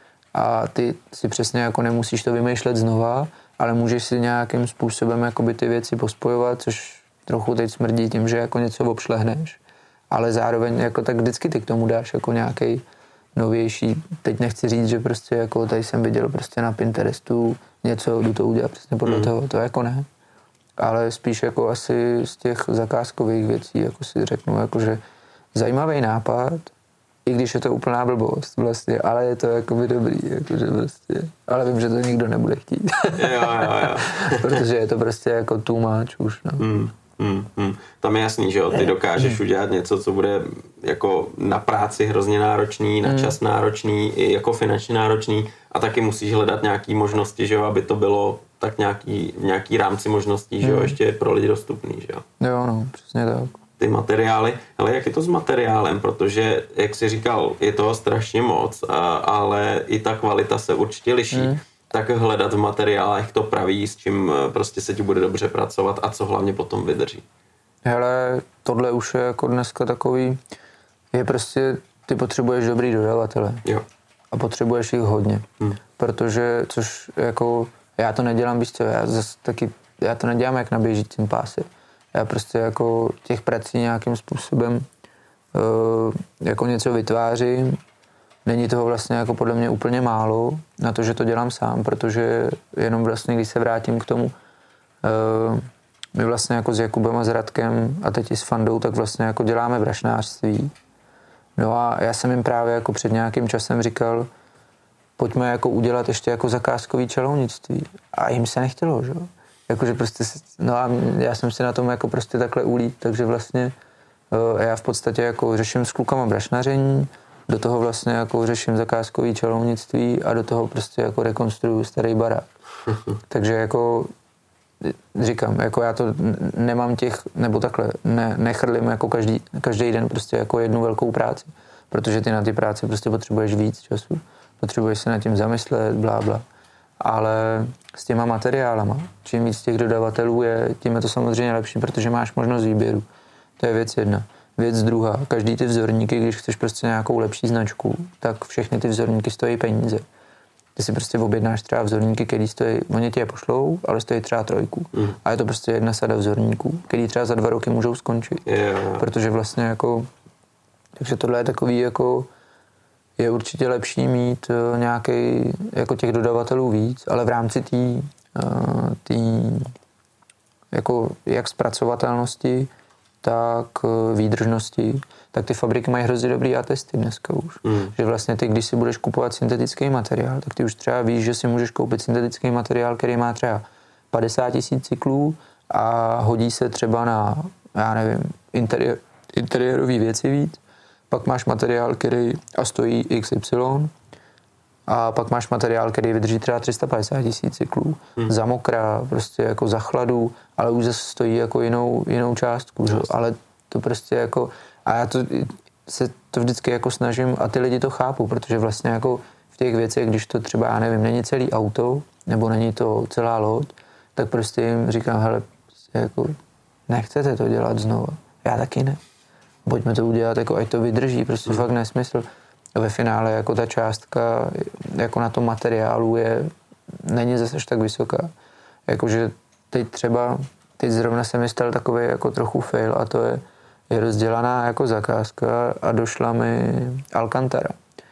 A ty si přesně jako nemusíš to vymýšlet znova, ale můžeš si nějakým způsobem jakoby ty věci pospojovat, což trochu teď smrdí tím, že jako něco obšlehneš, ale zároveň jako tak vždycky ty k tomu dáš jako nějaký novější, teď nechci říct, že prostě jako tady jsem viděl prostě na Pinterestu něco, jdu to udělat přesně podle mm. toho, to jako ne. Ale spíš jako asi z těch zakázkových věcí, jako si řeknu, jakože zajímavý nápad, i když je to úplná blbost vlastně, ale je to jakoby dobrý, jakože prostě, ale vím, že to nikdo nebude chtít. Jo, jo, jo. Protože je to prostě jako too much už, no. Mm, mm, mm. Tam je jasný, že jo, ty dokážeš udělat něco, co bude jako na práci hrozně náročný, na čas náročný, i jako finančně náročný a taky musíš hledat nějaký možnosti, že jo, aby to bylo tak nějaký, v nějaký rámci možností, že jo, ještě pro lidi dostupný, že jo. Jo, no, přesně tak. Ty materiály, ale jak je to s materiálem, protože, jak jsi říkal, je toho strašně moc, a, ale i ta kvalita se určitě liší, mm. tak hledat v materiálech to pravý, s čím prostě se ti bude dobře pracovat a co hlavně potom vydrží. Hele, tohle už je jako dneska takový, je prostě, ty potřebuješ dobrý dodavatele. Jo. A potřebuješ jich hodně, mm. protože, což jako, já to nedělám, víš co, já zase taky, já to nedělám jak na běžícím páse. Já prostě jako těch prací nějakým způsobem uh, jako něco vytvářím. Není toho vlastně jako podle mě úplně málo na to, že to dělám sám, protože jenom vlastně, když se vrátím k tomu, uh, my vlastně jako s Jakubem a s Radkem a teď i s Fandou, tak vlastně jako děláme brašnářství. No a já jsem jim právě jako před nějakým časem říkal, pojďme jako udělat ještě jako zakázkový čalounictví. A jim se nechtělo, že jo. Jakože prostě, no a já jsem si na tom jako prostě takhle ulít, takže vlastně uh, já v podstatě jako řeším s klukama brašnaření, do toho vlastně jako řeším zakázkový čalounictví a do toho prostě jako rekonstruuju starý barák. Takže jako říkám, jako já to nemám těch, nebo takhle, ne, nechrlím jako každý, každý den prostě jako jednu velkou práci, protože ty na ty práce prostě potřebuješ víc času, potřebuješ se nad tím zamyslet, blá, blá. Ale s těma materiálama, čím víc těch dodavatelů je, tím je to samozřejmě lepší, protože máš možnost výběru. To je věc jedna. Věc druhá, každý ty vzorníky, když chceš prostě nějakou lepší značku, tak všechny ty vzorníky stojí peníze. Ty si prostě objednáš třeba vzorníky, který stojí, oni ti je pošlou, ale stojí třeba trojku. Mm. A je to prostě jedna sada vzorníků, který třeba za dva roky můžou skončit. Yeah. Protože vlastně jako, takže tohle je takový jako, je určitě lepší mít uh, nějaký jako těch dodavatelů víc, ale v rámci té uh, jako jak zpracovatelnosti, tak výdržnosti, tak ty fabriky mají hrozně dobrý atesty dneska už. Mm. Že vlastně ty, když si budeš kupovat syntetický materiál, tak ty už třeba víš, že si můžeš koupit syntetický materiál, který má třeba padesát tisíc cyklů a hodí se třeba na, já nevím, interiér, interiérové věci víc. Pak máš materiál, který a stojí iks ypsilon, a pak máš materiál, který vydrží třeba tři sta padesát tisíc cyklů. Hmm. Za mokra, prostě jako za chladu, ale už zase stojí jako jinou, jinou částku. Že? Ale to prostě jako... A já to, se to vždycky jako snažím a ty lidi to chápou, protože vlastně jako v těch věcech, když to třeba, já nevím, není celý auto, nebo není to celá loď, tak prostě jim říkám, hele, prostě jako nechcete to dělat znova. Já taky ne. Pojďme to udělat, jako ať to vydrží, prostě hmm. fakt nesmysl. Ve finále jako ta částka jako na tom materiálu je, není zase až tak vysoká. Jakože teď třeba, teď zrovna se mi stal takový jako trochu fail a to je, je rozdělaná jako zakázka a došla mi Alcantara.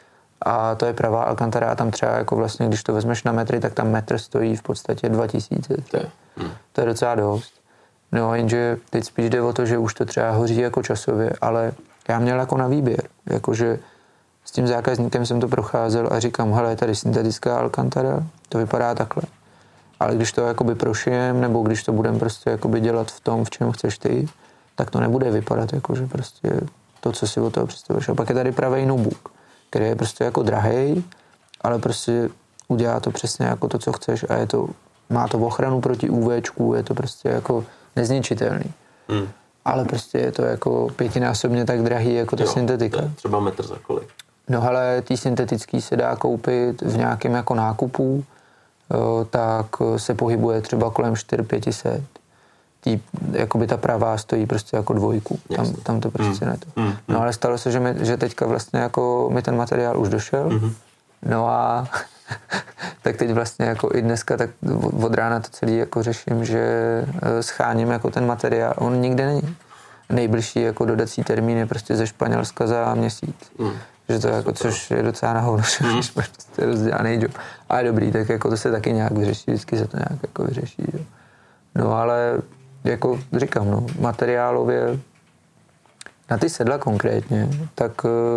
A to je pravá Alcantara a tam třeba jako vlastně, když to vezmeš na metry, tak tam metr stojí v podstatě dva tisíce. Hmm. To je docela dost. No jenže teď spíš jde o to, že už to třeba hoří jako časově, ale já měl jako na výběr, jakože s tím zákazníkem jsem to procházel a říkám, hele, je tady syntetická Alcantara, to vypadá takhle. Ale když to jakoby prošijem, nebo když to budem prostě jakoby dělat v tom, v čem chceš ty, tak to nebude vypadat jakože prostě to, co si od toho představuješ. A pak je tady pravej notebook, který je prostě jako drahej, ale prostě udělá to přesně jako to, co chceš a je to, má to ochranu proti UVčku, je to prostě jako nezničitelný. Hmm. Ale prostě je to jako pětinásobně tak drahý jako ta jo, syntetika. Třeba metr za kolik? No hele, tý syntetický se dá koupit v nějakém jako nákupu, jo, tak se pohybuje třeba kolem čtyři pět set. Tý, jakoby ta pravá stojí prostě jako dvojku. Tam, tam to prostě mm. ne to. Mm. No ale stalo se, že, mi, že teďka vlastně jako mi ten materiál už došel. Mm. No a tak teď vlastně jako i dneska tak od rána to celý jako řeším, že scháním jako ten materiál. On nikde není. Nejbližší jako dodací termín je prostě ze Španělska za měsíc. Mm. Že to jako, což je docela na hovno, že když máš prostě rozdělaný job. A je dobrý, tak jako to se taky nějak vyřeší, vždycky se to nějak jako vyřeší. Jo. No ale jako říkám, no, materiálově na ty sedla konkrétně, tak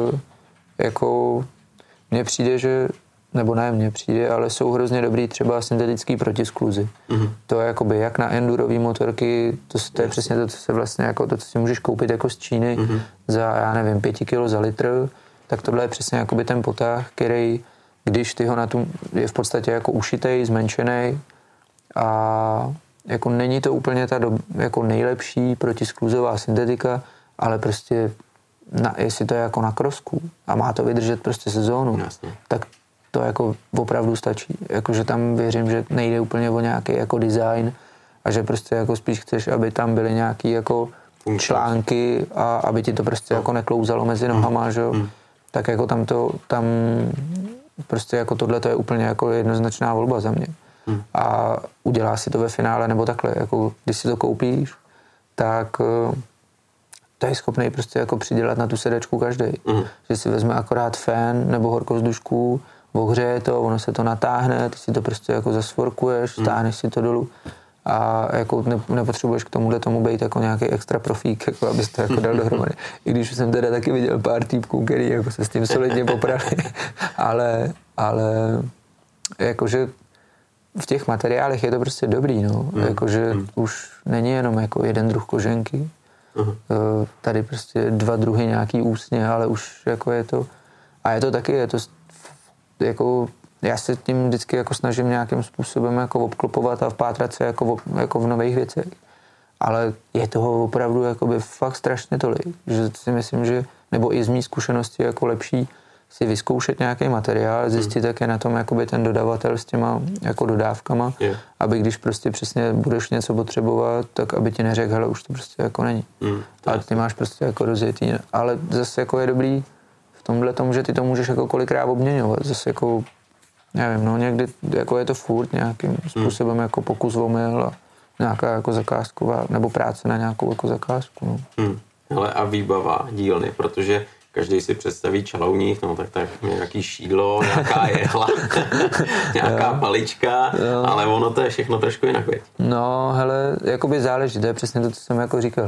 jako mně přijde, že, nebo ne mně přijde, ale jsou hrozně dobrý třeba syntetický protiskluzy. Mm-hmm. To je jakoby jak na endurový motorky, to, to je přesně to, co se vlastně jako to, co si můžeš koupit jako z Číny mm-hmm. za, já nevím, pět kilo za litr, tak tohle je přesně jakoby ten potah, který, když ty ho na tu, je v podstatě jako ušitej, zmenšenej a jako není to úplně ta do, jako nejlepší protiskluzová syntetika, ale prostě na, jestli to je jako na krosku a má to vydržet prostě sezónu, jasně, tak to jako opravdu stačí. Jakože tam věřím, že nejde úplně o nějaký jako design a že prostě jako spíš chceš, aby tam byly nějaký jako články a aby ti to prostě no. jako neklouzalo mezi nohama, mm. že jo. Mm. Tak jako tam to, tam prostě jako tohle to je úplně jako jednoznačná volba za mě. Hmm. A udělá si to ve finále nebo takhle, jako když si to koupíš, tak to je schopný prostě jako přidělat na tu sedačku každý. Hmm. Že si vezme akorát fén nebo horkozdušku, ohřeje to, ono se to natáhne, ty si to prostě jako zasvorkuješ, hmm. stáhneš si to dolů a jako ne, nepotřebuješ k tomuhle tomu být jako nějaký extra profík, jako abys to jako dal dohromady. I když jsem teda taky viděl pár týpků, který jako se s tím solidně poprali, ale, ale jakože v těch materiálech je to prostě dobrý, no. Mm. Jakože mm. už není jenom jako jeden druh koženky. Uh-huh. Tady prostě dva druhy nějaký úsně, ale už jako je to... A je to taky, je to jako... Já se tím vždycky jako snažím nějakým způsobem jako obklopovat a vpátrat se jako, jako v nových věcech. Ale je toho opravdu jakoby fakt strašně tolik, že si myslím, že... Nebo i z mý zkušenosti jako lepší si vyzkoušet nějaký materiál, zjistit, hmm. jak je na tom jakoby ten dodavatel s těma jako dodávkama, yeah. aby když prostě přesně budeš něco potřebovat, tak aby ti neřekl, hele, už to prostě jako není. Hmm. Ale ty máš prostě jako rozjetý. Ale zase jako je dobrý v tomhle tomu, že ty to můžeš jako kolikrát obměňovat. Zase jako, nevím, no někdy jako je to furt nějakým způsobem hmm. jako pokus omyl a nějaká jako zakázková, nebo práce na nějakou jako zakázku. No. Hmm. Hele, a výbava dílny, protože každý si představí čalouník, no tak tak nějaký šídlo, nějaká jehla, nějaká palička, jo. Ale ono to je všechno trošku jinak, věď? No, hele, jakoby záleží, to je přesně to, co jsem jako říkal.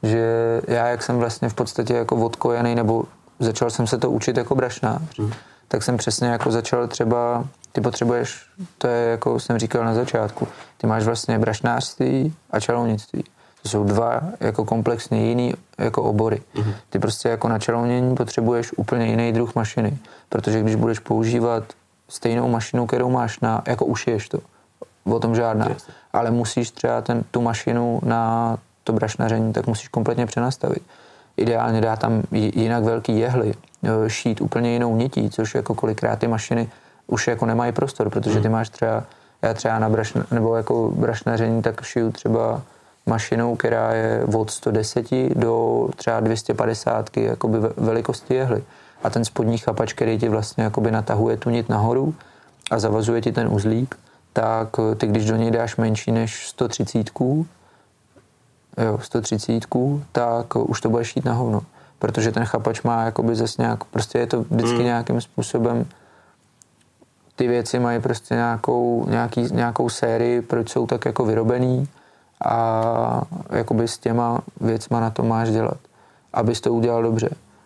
že já, jak jsem vlastně v podstatě jako odkojený, nebo začal jsem se to učit jako brašnář, hmm. tak jsem přesně jako začal třeba, ty potřebuješ, to je jako jsem říkal na začátku, ty máš vlastně brašnářství a čalounictví. To jsou dva jako komplexně jiný jako obory. Hmm. Ty prostě jako na čalounění potřebuješ úplně jiný druh mašiny, protože když budeš používat stejnou mašinu, kterou máš na, jako ušiješ to, o tom žádná, yes. ale musíš třeba ten, tu mašinu na to brašnaření, tak musíš kompletně přenastavit. Ideálně dát tam jinak velký jehly, šít úplně jinou nití, což jako kolikrát ty mašiny už jako nemají prostor, protože ty máš třeba, já třeba na brašna, nebo jako brašnaření tak šiju třeba mašinou, která je od sto deset do třeba dvě stě padesát jakoby velikosti jehly. A ten spodní chapač, který ti vlastně jakoby natahuje tu nit nahoru a zavazuje ti ten uzlík, tak ty, když do něj dáš menší než sto třicet, jo, sto třicet, tak už to budeš šít na hovno. Protože ten chapač má jakoby zase nějak, prostě je to vždycky mm. nějakým způsobem, ty věci mají prostě nějakou, nějaký, nějakou sérii, proč jsou tak jako vyrobený a jakoby s těma věcma na to máš dělat, abys to udělal dobře.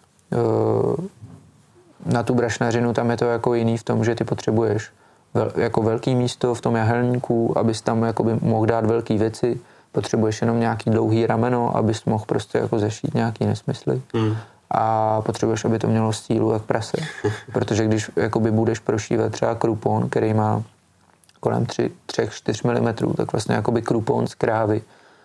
Na tu brašnařinu tam je to jako jiný v tom, že ty potřebuješ vel, jako velký místo v tom jahelníku, abys tam jakoby mohl dát velké věci, potřebuješ jenom nějaký dlouhý rameno, abys mohl prostě jako zešít nějaký nesmysly. Mm. A potřebuješ, aby to mělo stílu jak prase. Protože když jakoby budeš prošívat třeba krupon, který má kolem tři až čtyři milimetry, tak vlastně jakoby krupon z krávy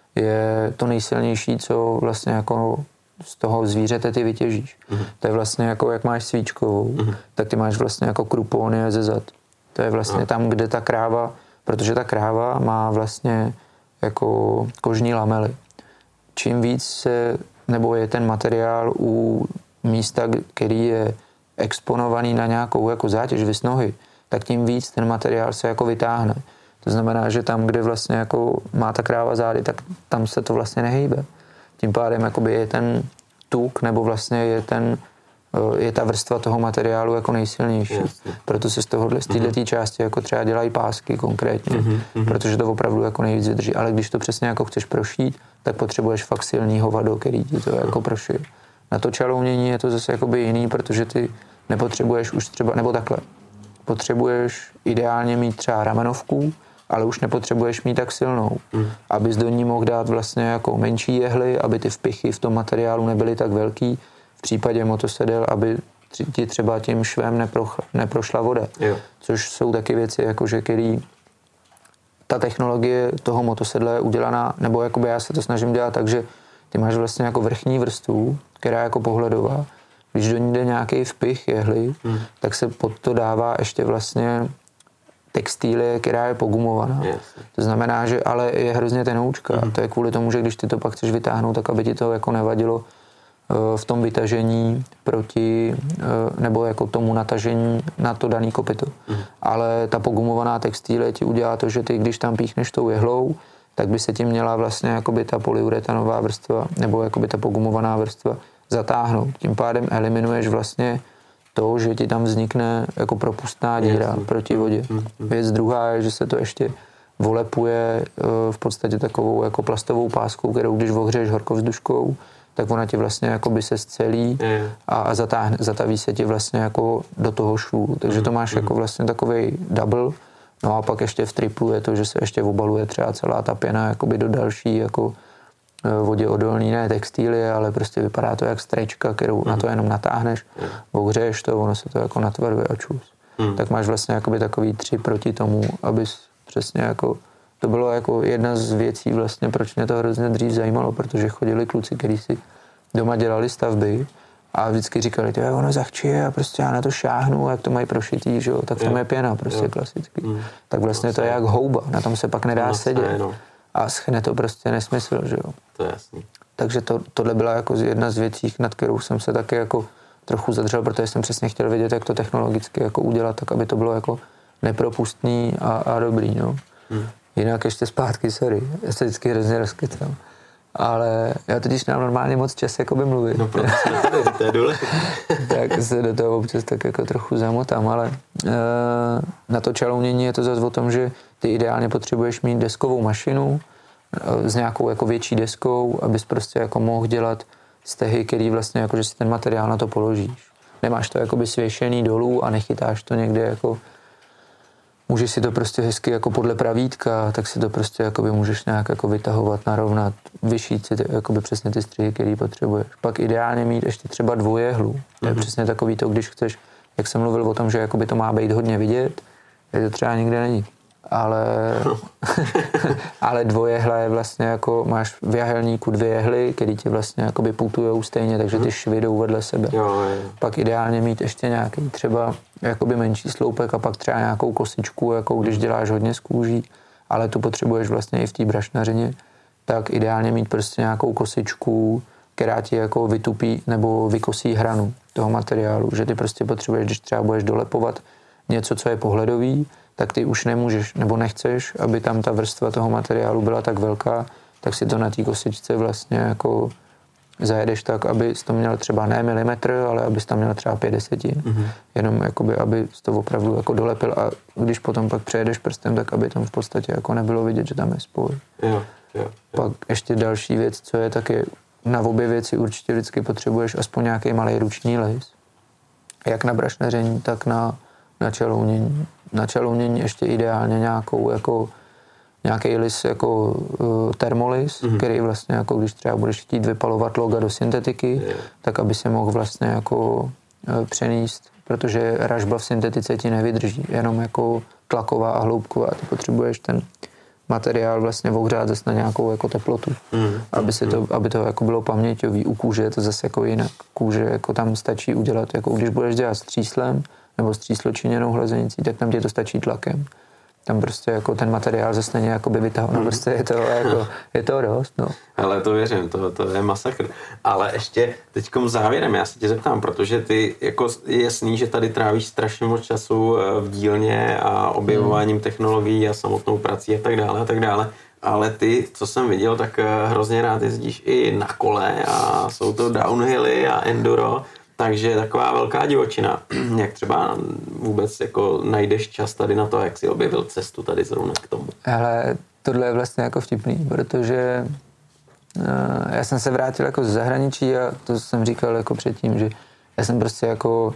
je to nejsilnější, co vlastně jako z toho zvířete ty vytěžíš. Mm. To je vlastně jako, jak máš svíčkovou, mm. tak ty máš vlastně jako krupon je ze zad. To je vlastně mm. tam, kde ta kráva, protože ta kráva má vlastně jako kožní lamely. Čím víc se, nebo je ten materiál u místa, který je exponovaný na nějakou jako zátěž vys nohy, tak tím víc ten materiál se jako vytáhne. To znamená, že tam, kde vlastně jako má ta kráva zády, tak tam se to vlastně nehýbe. Tím pádem jakoby je ten tuk, nebo vlastně je ten je ta vrstva toho materiálu jako nejsilnější. Jasně. Proto se z tohohle, z této části jako třeba dělají pásky konkrétně, mm-hmm. protože to opravdu jako nejvíc vydrží. Ale když to přesně jako chceš prošít, tak potřebuješ fakt silný hovado, který ti to jako prošije. Na to čalounění je to zase jakoby jiný, protože ty nepotřebuješ už třeba, nebo takhle, potřebuješ ideálně mít třeba ramenovku, ale už nepotřebuješ mít tak silnou, mm. abys do ní mohl dát vlastně jako menší jehly, aby ty vpichy v tom materiálu nebyly tak velký, v případě motosedel, aby ti třeba tím švem neprochla, neprošla voda. Jo. Což jsou taky věci, jakože který ta technologie toho motosedla je udělaná, nebo jakoby já se to snažím dělat tak, že ty máš vlastně jako vrchní vrstvu, která je jako pohledová. Když do ní jde nějaký vpich jehly, hmm. tak se pod to dává ještě vlastně textílie, která je pogumovaná. Yes. To znamená, že ale je hrozně tenoučka. Hmm. To je kvůli tomu, že když ty to pak chceš vytáhnout, tak aby ti to jako nevadilo v tom vytažení proti, nebo jako tomu natažení na to daný kopyto. Mm. Ale ta pogumovaná textílie ti udělá to, že ty, když tam píchneš tou jehlou, tak by se ti měla vlastně jakoby ta polyuretanová vrstva, nebo jakoby ta pogumovaná vrstva zatáhnout. Tím pádem eliminuješ vlastně to, že ti tam vznikne jako propustná díra Jasně. proti vodě. Mm. Věc druhá je, že se to ještě volepuje v podstatě takovou jako plastovou páskou, kterou když ohřeješ horkovzduškou, tak ona ti vlastně jakoby se scelí a, a zatáhne, zataví se ti vlastně jako do toho švu. Takže to máš mm. jako vlastně takovej double. No a pak ještě v triplu je to, že se ještě obaluje třeba celá ta pěna jakoby do další jako vodě odolný, ne textílie, ale prostě vypadá to jak strečka, kterou mm. na to jenom natáhneš, ohřeješ to, ono se to jako natvaruje a čus. Mm. Tak máš vlastně jakoby takový tři proti tomu, abys přesně jako to bylo jako jedna z věcí vlastně, proč mě to hrozně dřív zajímalo, protože chodili kluci, kteří si doma dělali stavby a vždycky říkali, že ono zachčije a prostě já na to šáhnu, jak to mají prošitý, že jo, tak tam je pěna prostě klasicky. Mm. Tak vlastně to je jak houba, na tom se pak nedá no, sedět. No. A schne to prostě nesmysl, že jo. To je jasný. Takže to, tohle byla jako jedna z věcí, nad kterou jsem se taky jako trochu zadřel, protože jsem přesně chtěl vědět, jak to technologicky jako udělat, tak aby to bylo jako nepropustný a, a dobrý, no. Mm. Jinak ještě zpátky, sorry, já se vždycky hrozně rozkytám. Ale já totiž nemám normálně moc čas jakoby mluvit. No proto jsme tady, to je důležité. Tak se do toho občas tak jako trochu zamotám, ale e, na to čalounění je to zase o tom, že ty ideálně potřebuješ mít deskovou mašinu s nějakou jako větší deskou, abys prostě jako mohl dělat stehy, který vlastně jako, že si ten materiál na to položíš. Nemáš to jakoby svěšený dolů a nechytáš to někde jako, můžeš si to prostě hezky jako podle pravítka, tak si to prostě jakoby můžeš nějak jako vytahovat, narovnat, vyšít si ty, jakoby přesně ty střihy, který potřebuješ. Pak ideálně mít ještě třeba dvojehlu. Mm-hmm. To je přesně takový to, když chceš, jak jsem mluvil o tom, že jakoby to má být hodně vidět, tak to třeba nikde není. Ale, ale dvojehla je vlastně jako, máš v jahelníku dvě jehly, který ti vlastně jakoby putujou stejně, takže ty švy jdou vedle sebe. Jo, jo. Pak ideálně mít ještě nějaký třeba jakoby menší sloupek a pak třeba nějakou kosičku, jako když děláš hodně z kůží, ale tu potřebuješ vlastně i v té brašnařině, tak ideálně mít prostě nějakou kosičku, která ti jako vytupí nebo vykosí hranu toho materiálu, že ty prostě potřebuješ, když třeba budeš dolepovat něco, co je pohledový, tak ty už nemůžeš nebo nechceš, aby tam ta vrstva toho materiálu byla tak velká, tak si to na té kosičce vlastně jako zajedeš tak, abys to měl třeba ne milimetr, ale abys tam měl třeba pět desetin. Mm-hmm. Jenom jakoby, aby to opravdu jako dolepil a když potom pak přejedeš prstem, tak aby tam v podstatě jako nebylo vidět, že tam je spoj. Jo, jo, jo. Pak ještě další věc, co je, tak je na obě věci určitě vždycky potřebuješ aspoň nějaký malý ruční lis. Jak na brašnaření, tak na, na čelounění. Na čelounění ještě ideálně nějakou jako nějaký lis jako uh, termolis, mm-hmm. který vlastně jako když třeba budeš chtít vypalovat loga do syntetiky, yeah. tak aby se mohl vlastně jako uh, přenést, protože ražba v syntetice ti nevydrží, jenom jako tlaková a hloubková. Ty potřebuješ ten materiál vlastně ohřát zase na nějakou jako teplotu, mm-hmm. aby, se to, aby to jako bylo paměťový. U kůže je to zase jako jinak. Kůže jako tam stačí udělat, jako když budeš dělat s tříslem nebo s třísločiněnou hlazenicí, tak tam ti to stačí tlakem. Tam prostě jako ten materiál zase není jakoby vytahout, no prostě je to jako, je to dost, no. Ale to věřím, to, to je masakr. Ale ještě teďkom závěrem, já se tě zeptám, protože ty, jako je jasný, že tady trávíš strašně moc času v dílně a objevováním hmm. technologií a samotnou prací a tak dále a tak dále. Ale ty, co jsem viděl, tak hrozně rád jezdíš i na kole a jsou to downhilly a enduro. Takže taková velká divočina. Jak třeba vůbec jako najdeš čas tady na to, jak jsi objevil cestu tady zrovna k tomu? Hele, tohle je vlastně jako vtipný, protože uh, já jsem se vrátil jako z zahraničí a to jsem říkal jako předtím, že já jsem prostě jako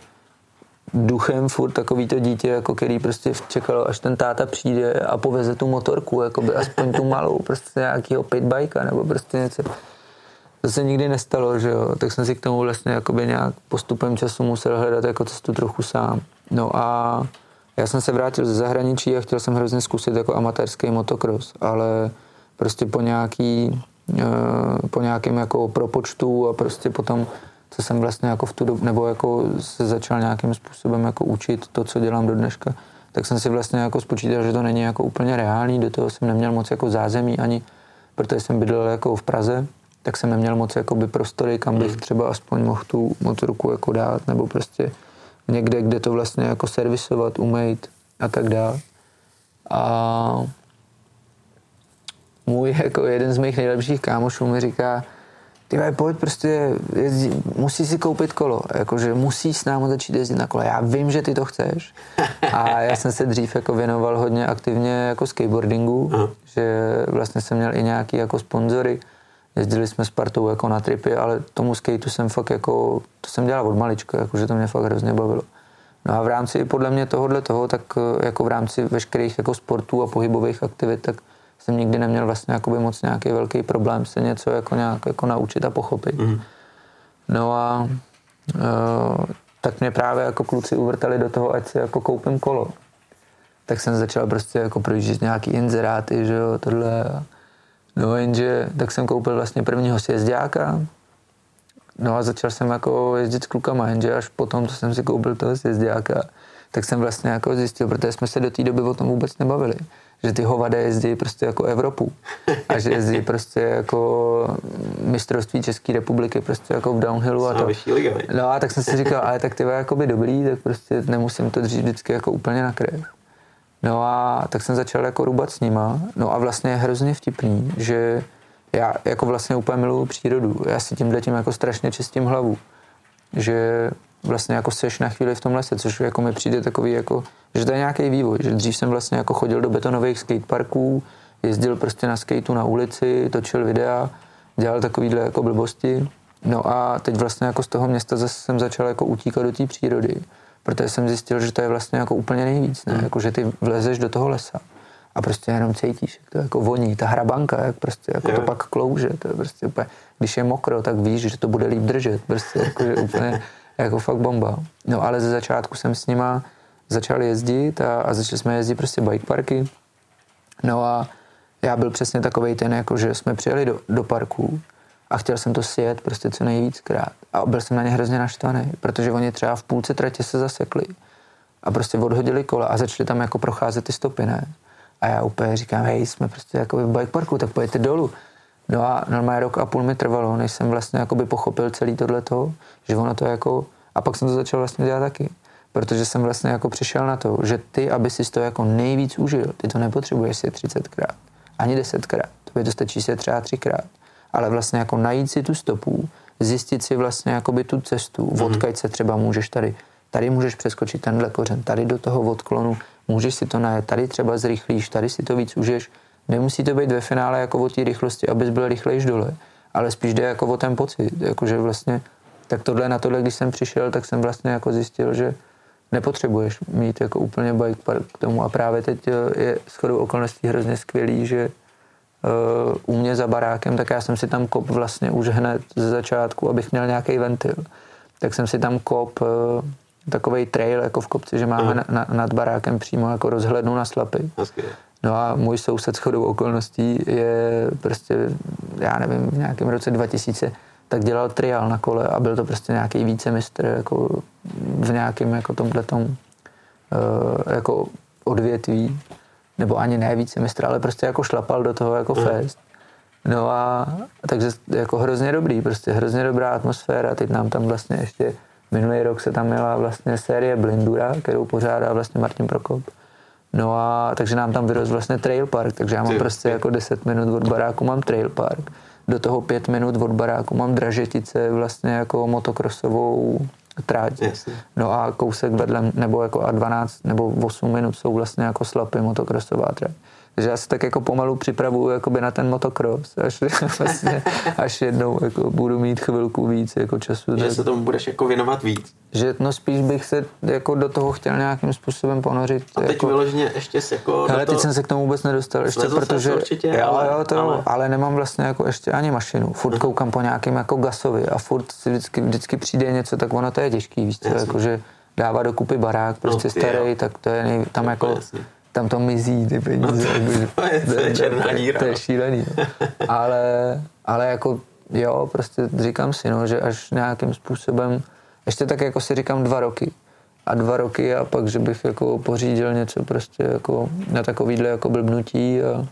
duchem furt takový to dítě, jako který prostě čekalo, až ten táta přijde a poveze tu motorku, jako by aspoň tu malou, prostě nějakýho pitbajka nebo prostě něco. To se nikdy nestalo, že jo, tak jsem si k tomu vlastně jakoby nějak postupem času musel hledat jako cestu trochu sám. No a já jsem se vrátil ze zahraničí a chtěl jsem hrozně zkusit jako amatérský motocross, ale prostě po nějaký, po nějakém jako propočtu a prostě potom, co jsem vlastně jako v tu dobu, nebo jako se začal nějakým způsobem jako učit to, co dělám do dneška, tak jsem si vlastně jako spočítal, že to není jako úplně reálný, do toho jsem neměl moc jako zázemí ani, protože jsem bydlel jako v Praze, tak jsem neměl moc jakoby prostory, kam bych třeba aspoň mohl tu motorku jako dát, nebo prostě někde, kde to vlastně jako servisovat, umýt a tak dále. A můj jako jeden z mých nejlepších kámošů mi říká, ty vaj, pojď prostě jezdí, musí si koupit kolo, jakože musíš s námi začít jezdit na kole, já vím, že ty to chceš. A já jsem se dřív jako věnoval hodně aktivně jako skateboardingu, uh-huh. že vlastně jsem měl i nějaký jako sponzory. Jezdili jsme s partou jako na tripy, ale tomu skateu jsem fakt jako, to jsem dělal od malička, jakože to mě fakt hrozně bavilo. No a v rámci podle mě tohohle toho, tak jako v rámci veškerých jako sportů a pohybových aktivit, tak jsem nikdy neměl vlastně jakoby moc nějaký velký problém se něco jako nějak jako naučit a pochopit. Mm. No a uh, tak mě právě jako kluci uvrtali do toho, ať si jako koupím kolo. Tak jsem začal prostě jako projíždět nějaký inzeráty, že jo, tohle. No jenže, tak jsem koupil vlastně prvního sjezďáka, no a začal jsem jako jezdit s klukama, jenže až potom, co jsem si koupil toho sjezďáka, tak jsem vlastně jako zjistil, protože jsme se do té doby o tom vůbec nebavili, že ty hovada jezdí prostě jako Evropu a že jezdí prostě jako mistrovství České republiky prostě jako v downhillu a to. No a tak jsem si říkal, ale tak ty jako by dobrý, tak prostě nemusím to dřív vždycky jako úplně na krev. No a tak jsem začal jako rubat s nima, no a vlastně je hrozně vtipný, že já jako vlastně úplně miluju přírodu, já si tímhletím jako strašně čistím hlavu, že vlastně jako seš na chvíli v tom lese, což jako mi přijde takový jako, že to je nějaký vývoj, že dřív jsem vlastně jako chodil do betonových skateparků, jezdil prostě na skateu na ulici, točil videa, dělal takovýhle jako blbosti. No a teď vlastně jako z toho města zase jsem začal jako utíkat do té přírody, protože jsem zjistil, že to je vlastně jako úplně nejvíc, ne? Jako, že ty vlezeš do toho lesa a prostě jenom cítíš, jak to jako voní, ta hrabanka, jak prostě jako to pak klouže, to je prostě úplně, když je mokro, tak víš, že to bude líp držet, prostě jako, že úplně jako fakt bomba. No ale ze začátku jsem s nima začal jezdit a, a začali jsme jezdit prostě bike parky. No a já byl přesně takovej ten, jako že jsme přijeli do, do parku a chtěl jsem to sjet prostě co nejvíckrát. A byl jsem na ně hrozně naštvaný, protože oni třeba v půlce tratě se zasekli a prostě odhodili kola a začali tam jako procházet ty stopy, ne? A já úplně říkám, hej, jsme prostě jako v bike parku, tak pojďte dolů. No a normálně rok a půl mi trvalo, než jsem vlastně jakoby pochopil celý tohleto, že ono to jako, a pak jsem to začal vlastně dělat taky. Protože jsem vlastně jako přišel na to, že ty, aby si to jako nejvíc užil, ty to nepotřebuješ si třicetkrát, ani desetkrát, to stačí si třeba třikrát, ale vlastně jako najít si tu stopu, zjistit si vlastně jakoby tu cestu, mm-hmm. odkaď se třeba můžeš tady, tady můžeš přeskočit tenhle kořen, tady do toho odklonu, můžeš si to najet, tady třeba zrychlíš, tady si to víc užiješ, nemusí to být ve finále jako o té rychlosti, abys byl rychlejš dole, ale spíš jde jako o ten pocit, jakože vlastně, tak tohle na tohle, když jsem přišel, tak jsem vlastně jako zjistil, že nepotřebuješ mít jako úplně bike park k tomu a právě teď je shodou okolností hrozně skvělý, že uh, u mě za barákem, tak já jsem si tam kop vlastně už hned ze začátku, abych měl nějaký ventil, tak jsem si tam kop uh, takovej trail jako v kopci, že máme na, na, nad barákem přímo jako rozhlednu na Slapy. No a můj soused shodou okolností je prostě, já nevím, v nějakém roce dva tisíce tak dělal trial na kole a byl to prostě nějaký vícemistr jako v nějakém jako tomhletom uh, jako odvětví, nebo ani ne vícemistr, ale prostě jako šlapal do toho jako mm. fest. No a takže jako hrozně dobrý, prostě hrozně dobrá atmosféra, teď nám tam vlastně ještě minulý rok se tam měla vlastně série Blindura, kterou pořádá vlastně Martin Prokop. No a takže nám tam vyrost vlastně trail park, takže já mám prostě jako deset minut od baráku mám trail park. Do toho pět minut od baráku mám Dražetice, vlastně jako motokrosovou tráť. Yes. No a kousek vedle, nebo jako a dvanáct nebo osm minut jsou vlastně jako Slapy, motokrosová tráť. Takže já se tak jako pomalu připravuju jakoby na ten motokros, až, vlastně, až jednou jako budu mít chvilku víc jako času. Že se tomu budeš jako věnovat víc. Že no spíš bych se jako do toho chtěl nějakým způsobem ponořit. A teď jako, vyloženě ještě se jako... Ale teď jsem se k tomu vůbec nedostal, ještě protože... Určitě, jo, ale, jo, to, ale... ale nemám vlastně jako ještě ani mašinu. Furt koukám po nějakým jako gasovi a furt si vždycky, vždycky přijde něco, tak ono to je těžký, víš co, jako že dává dokupy barák, prostě no, starý, jo. Tak to je nej, tam jako... Jasně. Tam to mizí ty peníze. No to, to, je, to je černá díra. To je šílený. No. ale, ale jako jo, prostě říkám si, no, že až nějakým způsobem, ještě tak jako si říkám dva roky. A dva roky a pak, že bych jako pořídil něco prostě jako na takovýhle jako blbnutí a,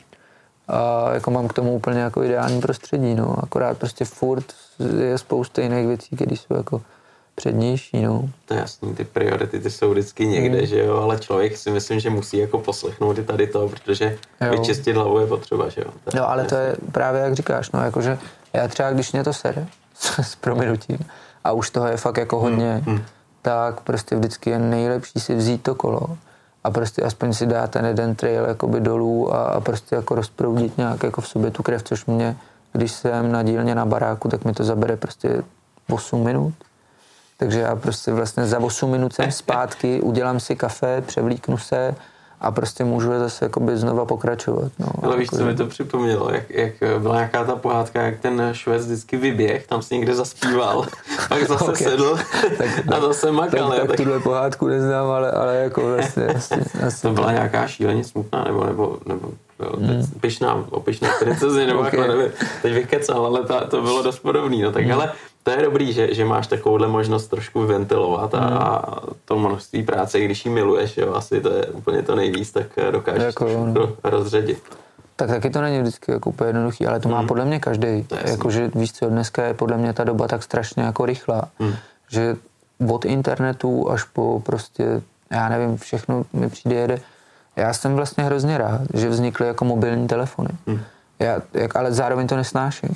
a jako mám k tomu úplně jako ideální prostředí, no. Akorát prostě furt je spousta jiných věcí, které jsou jako přednější, no. To je jasný, ty priority ty jsou vždycky někde, mm. že jo, ale člověk si myslím, že musí jako poslechnout i tady to, protože vyčistit hlavu je potřeba, že jo. Tak no, ale to je právě jak říkáš, no, jakože já třeba, když mě to sere, s prominutím, a už toho je fakt jako hodně, mm. tak prostě vždycky je nejlepší si vzít to kolo a prostě aspoň si dát ten jeden trail jakoby dolů a, a prostě jako rozproudit nějak jako v sobě tu krev, což mě, když jsem na dílně na baráku, tak mi to zabere prostě osm minut. Takže já prostě vlastně za osm minut jsem zpátky, udělám si kafe, převlíknu se a prostě můžu zase jakoby znova pokračovat. No, ale víš, co mi to připomnělo, jak, jak byla nějaká ta pohádka, jak ten Švec vždycky vyběh, tam si někde zaspíval, pak zase okay. sedl tak, a zase makal. Tak, tak, tak tuhle pohádku neznám, ale, ale jako vlastně... vlastně, vlastně to byla nějaká šíleně smutná, nebo, nebo, nebo jo, mm. pyšná, o pyšné princezi, nebo okay. jako nevím, teď bych kecal, ale ta, to bylo dost podobný, no tak mm. ale to je dobrý, že, že máš takovouhle možnost trošku ventilovat a, mm. a to množství práce, když ji miluješ, jo, asi to je úplně to nejvíc, tak dokážeš jako, no. rozředit. Tak taky to není vždycky jako úplně jednoduchý, ale to má mm. podle mě každý. Jakože víš co, dneska je podle mě ta doba tak strašně jako rychlá, mm. že od internetu až po prostě, já nevím, všechno mi přijde jede. Já jsem vlastně hrozně rád, že vznikly jako mobilní telefony. Mm. Já, jak, ale zároveň to nesnáším.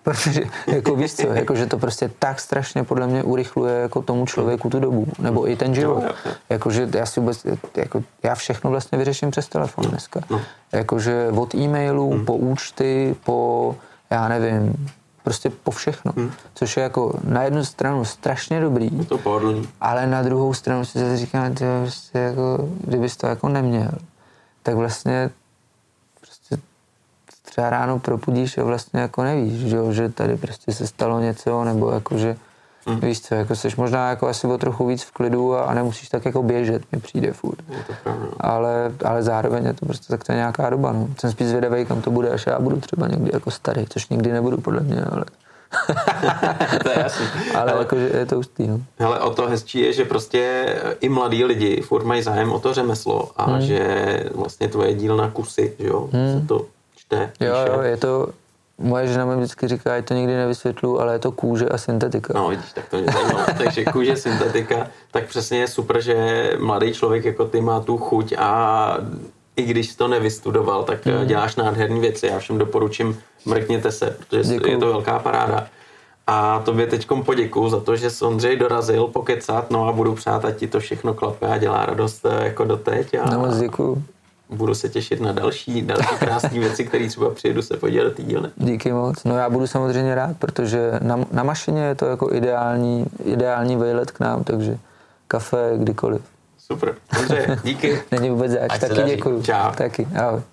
Protože, jako víš co, jako, že to prostě tak strašně podle mě urychluje jako tomu člověku tu dobu, nebo i ten život. Jakože já si vůbec, jako, já všechno vlastně vyřeším přes telefon dneska. Jakože od e-mailů, hmm. po účty, po, já nevím, prostě po všechno. Hmm. Což je jako na jednu stranu strašně dobrý, je to pohodlný. Ale na druhou stranu si zase říkám, že prostě jako, kdybys to jako neměl, tak vlastně prostě třeba ráno probudíš a vlastně jako nevíš, že, že tady prostě se stalo něco, nebo jako, že mm. víš co, jako seš možná jako asi o trochu víc v klidu a, a nemusíš tak jako běžet, mi přijde furt. Ale, ale zároveň je to prostě tak to je nějaká doba, no. Jsem spíš zvědavej, kam to bude, až já budu třeba někdy jako starý, což nikdy nebudu podle mě, ale... To je jasný. Ale, ale jakože je to hustý, no. Hele, o to hezčí je, že prostě i mladí lidi furt mají zájem o to řemeslo a hmm. že vlastně tvoje díl na kusy, že jo, hmm. se to čte, píše. Jo, jo, je to, moje žena mi vždycky říká, že to nikdy nevysvětlu, ale je to kůže a syntetika. No vidíš, tak to mě zajímalo. Takže kůže, syntetika, tak přesně je super, že mladý člověk jako ty má tu chuť a i když to nevystudoval, tak hmm. děláš nádherné věci. Já všem doporučím, mrkněte se, protože Děkuju. Je to velká paráda. A tobě teďkom poděkuju za to, že jsi Ondřej dorazil pokecat, no a budu přát, ať ti to všechno klape a dělá radost jako doteď. A no moc děkuju. Budu se těšit na další, další krásné věci, které třeba přijedu se podívat do té dílny. Díky moc. No já budu samozřejmě rád, protože na, na mašině je to jako ideální, ideální vejlet k nám, takže kafe kdykoliv. Super. Ondřej, díky. Není vůbec zač. Taky děkuju. Čau. Taky. Ahoj.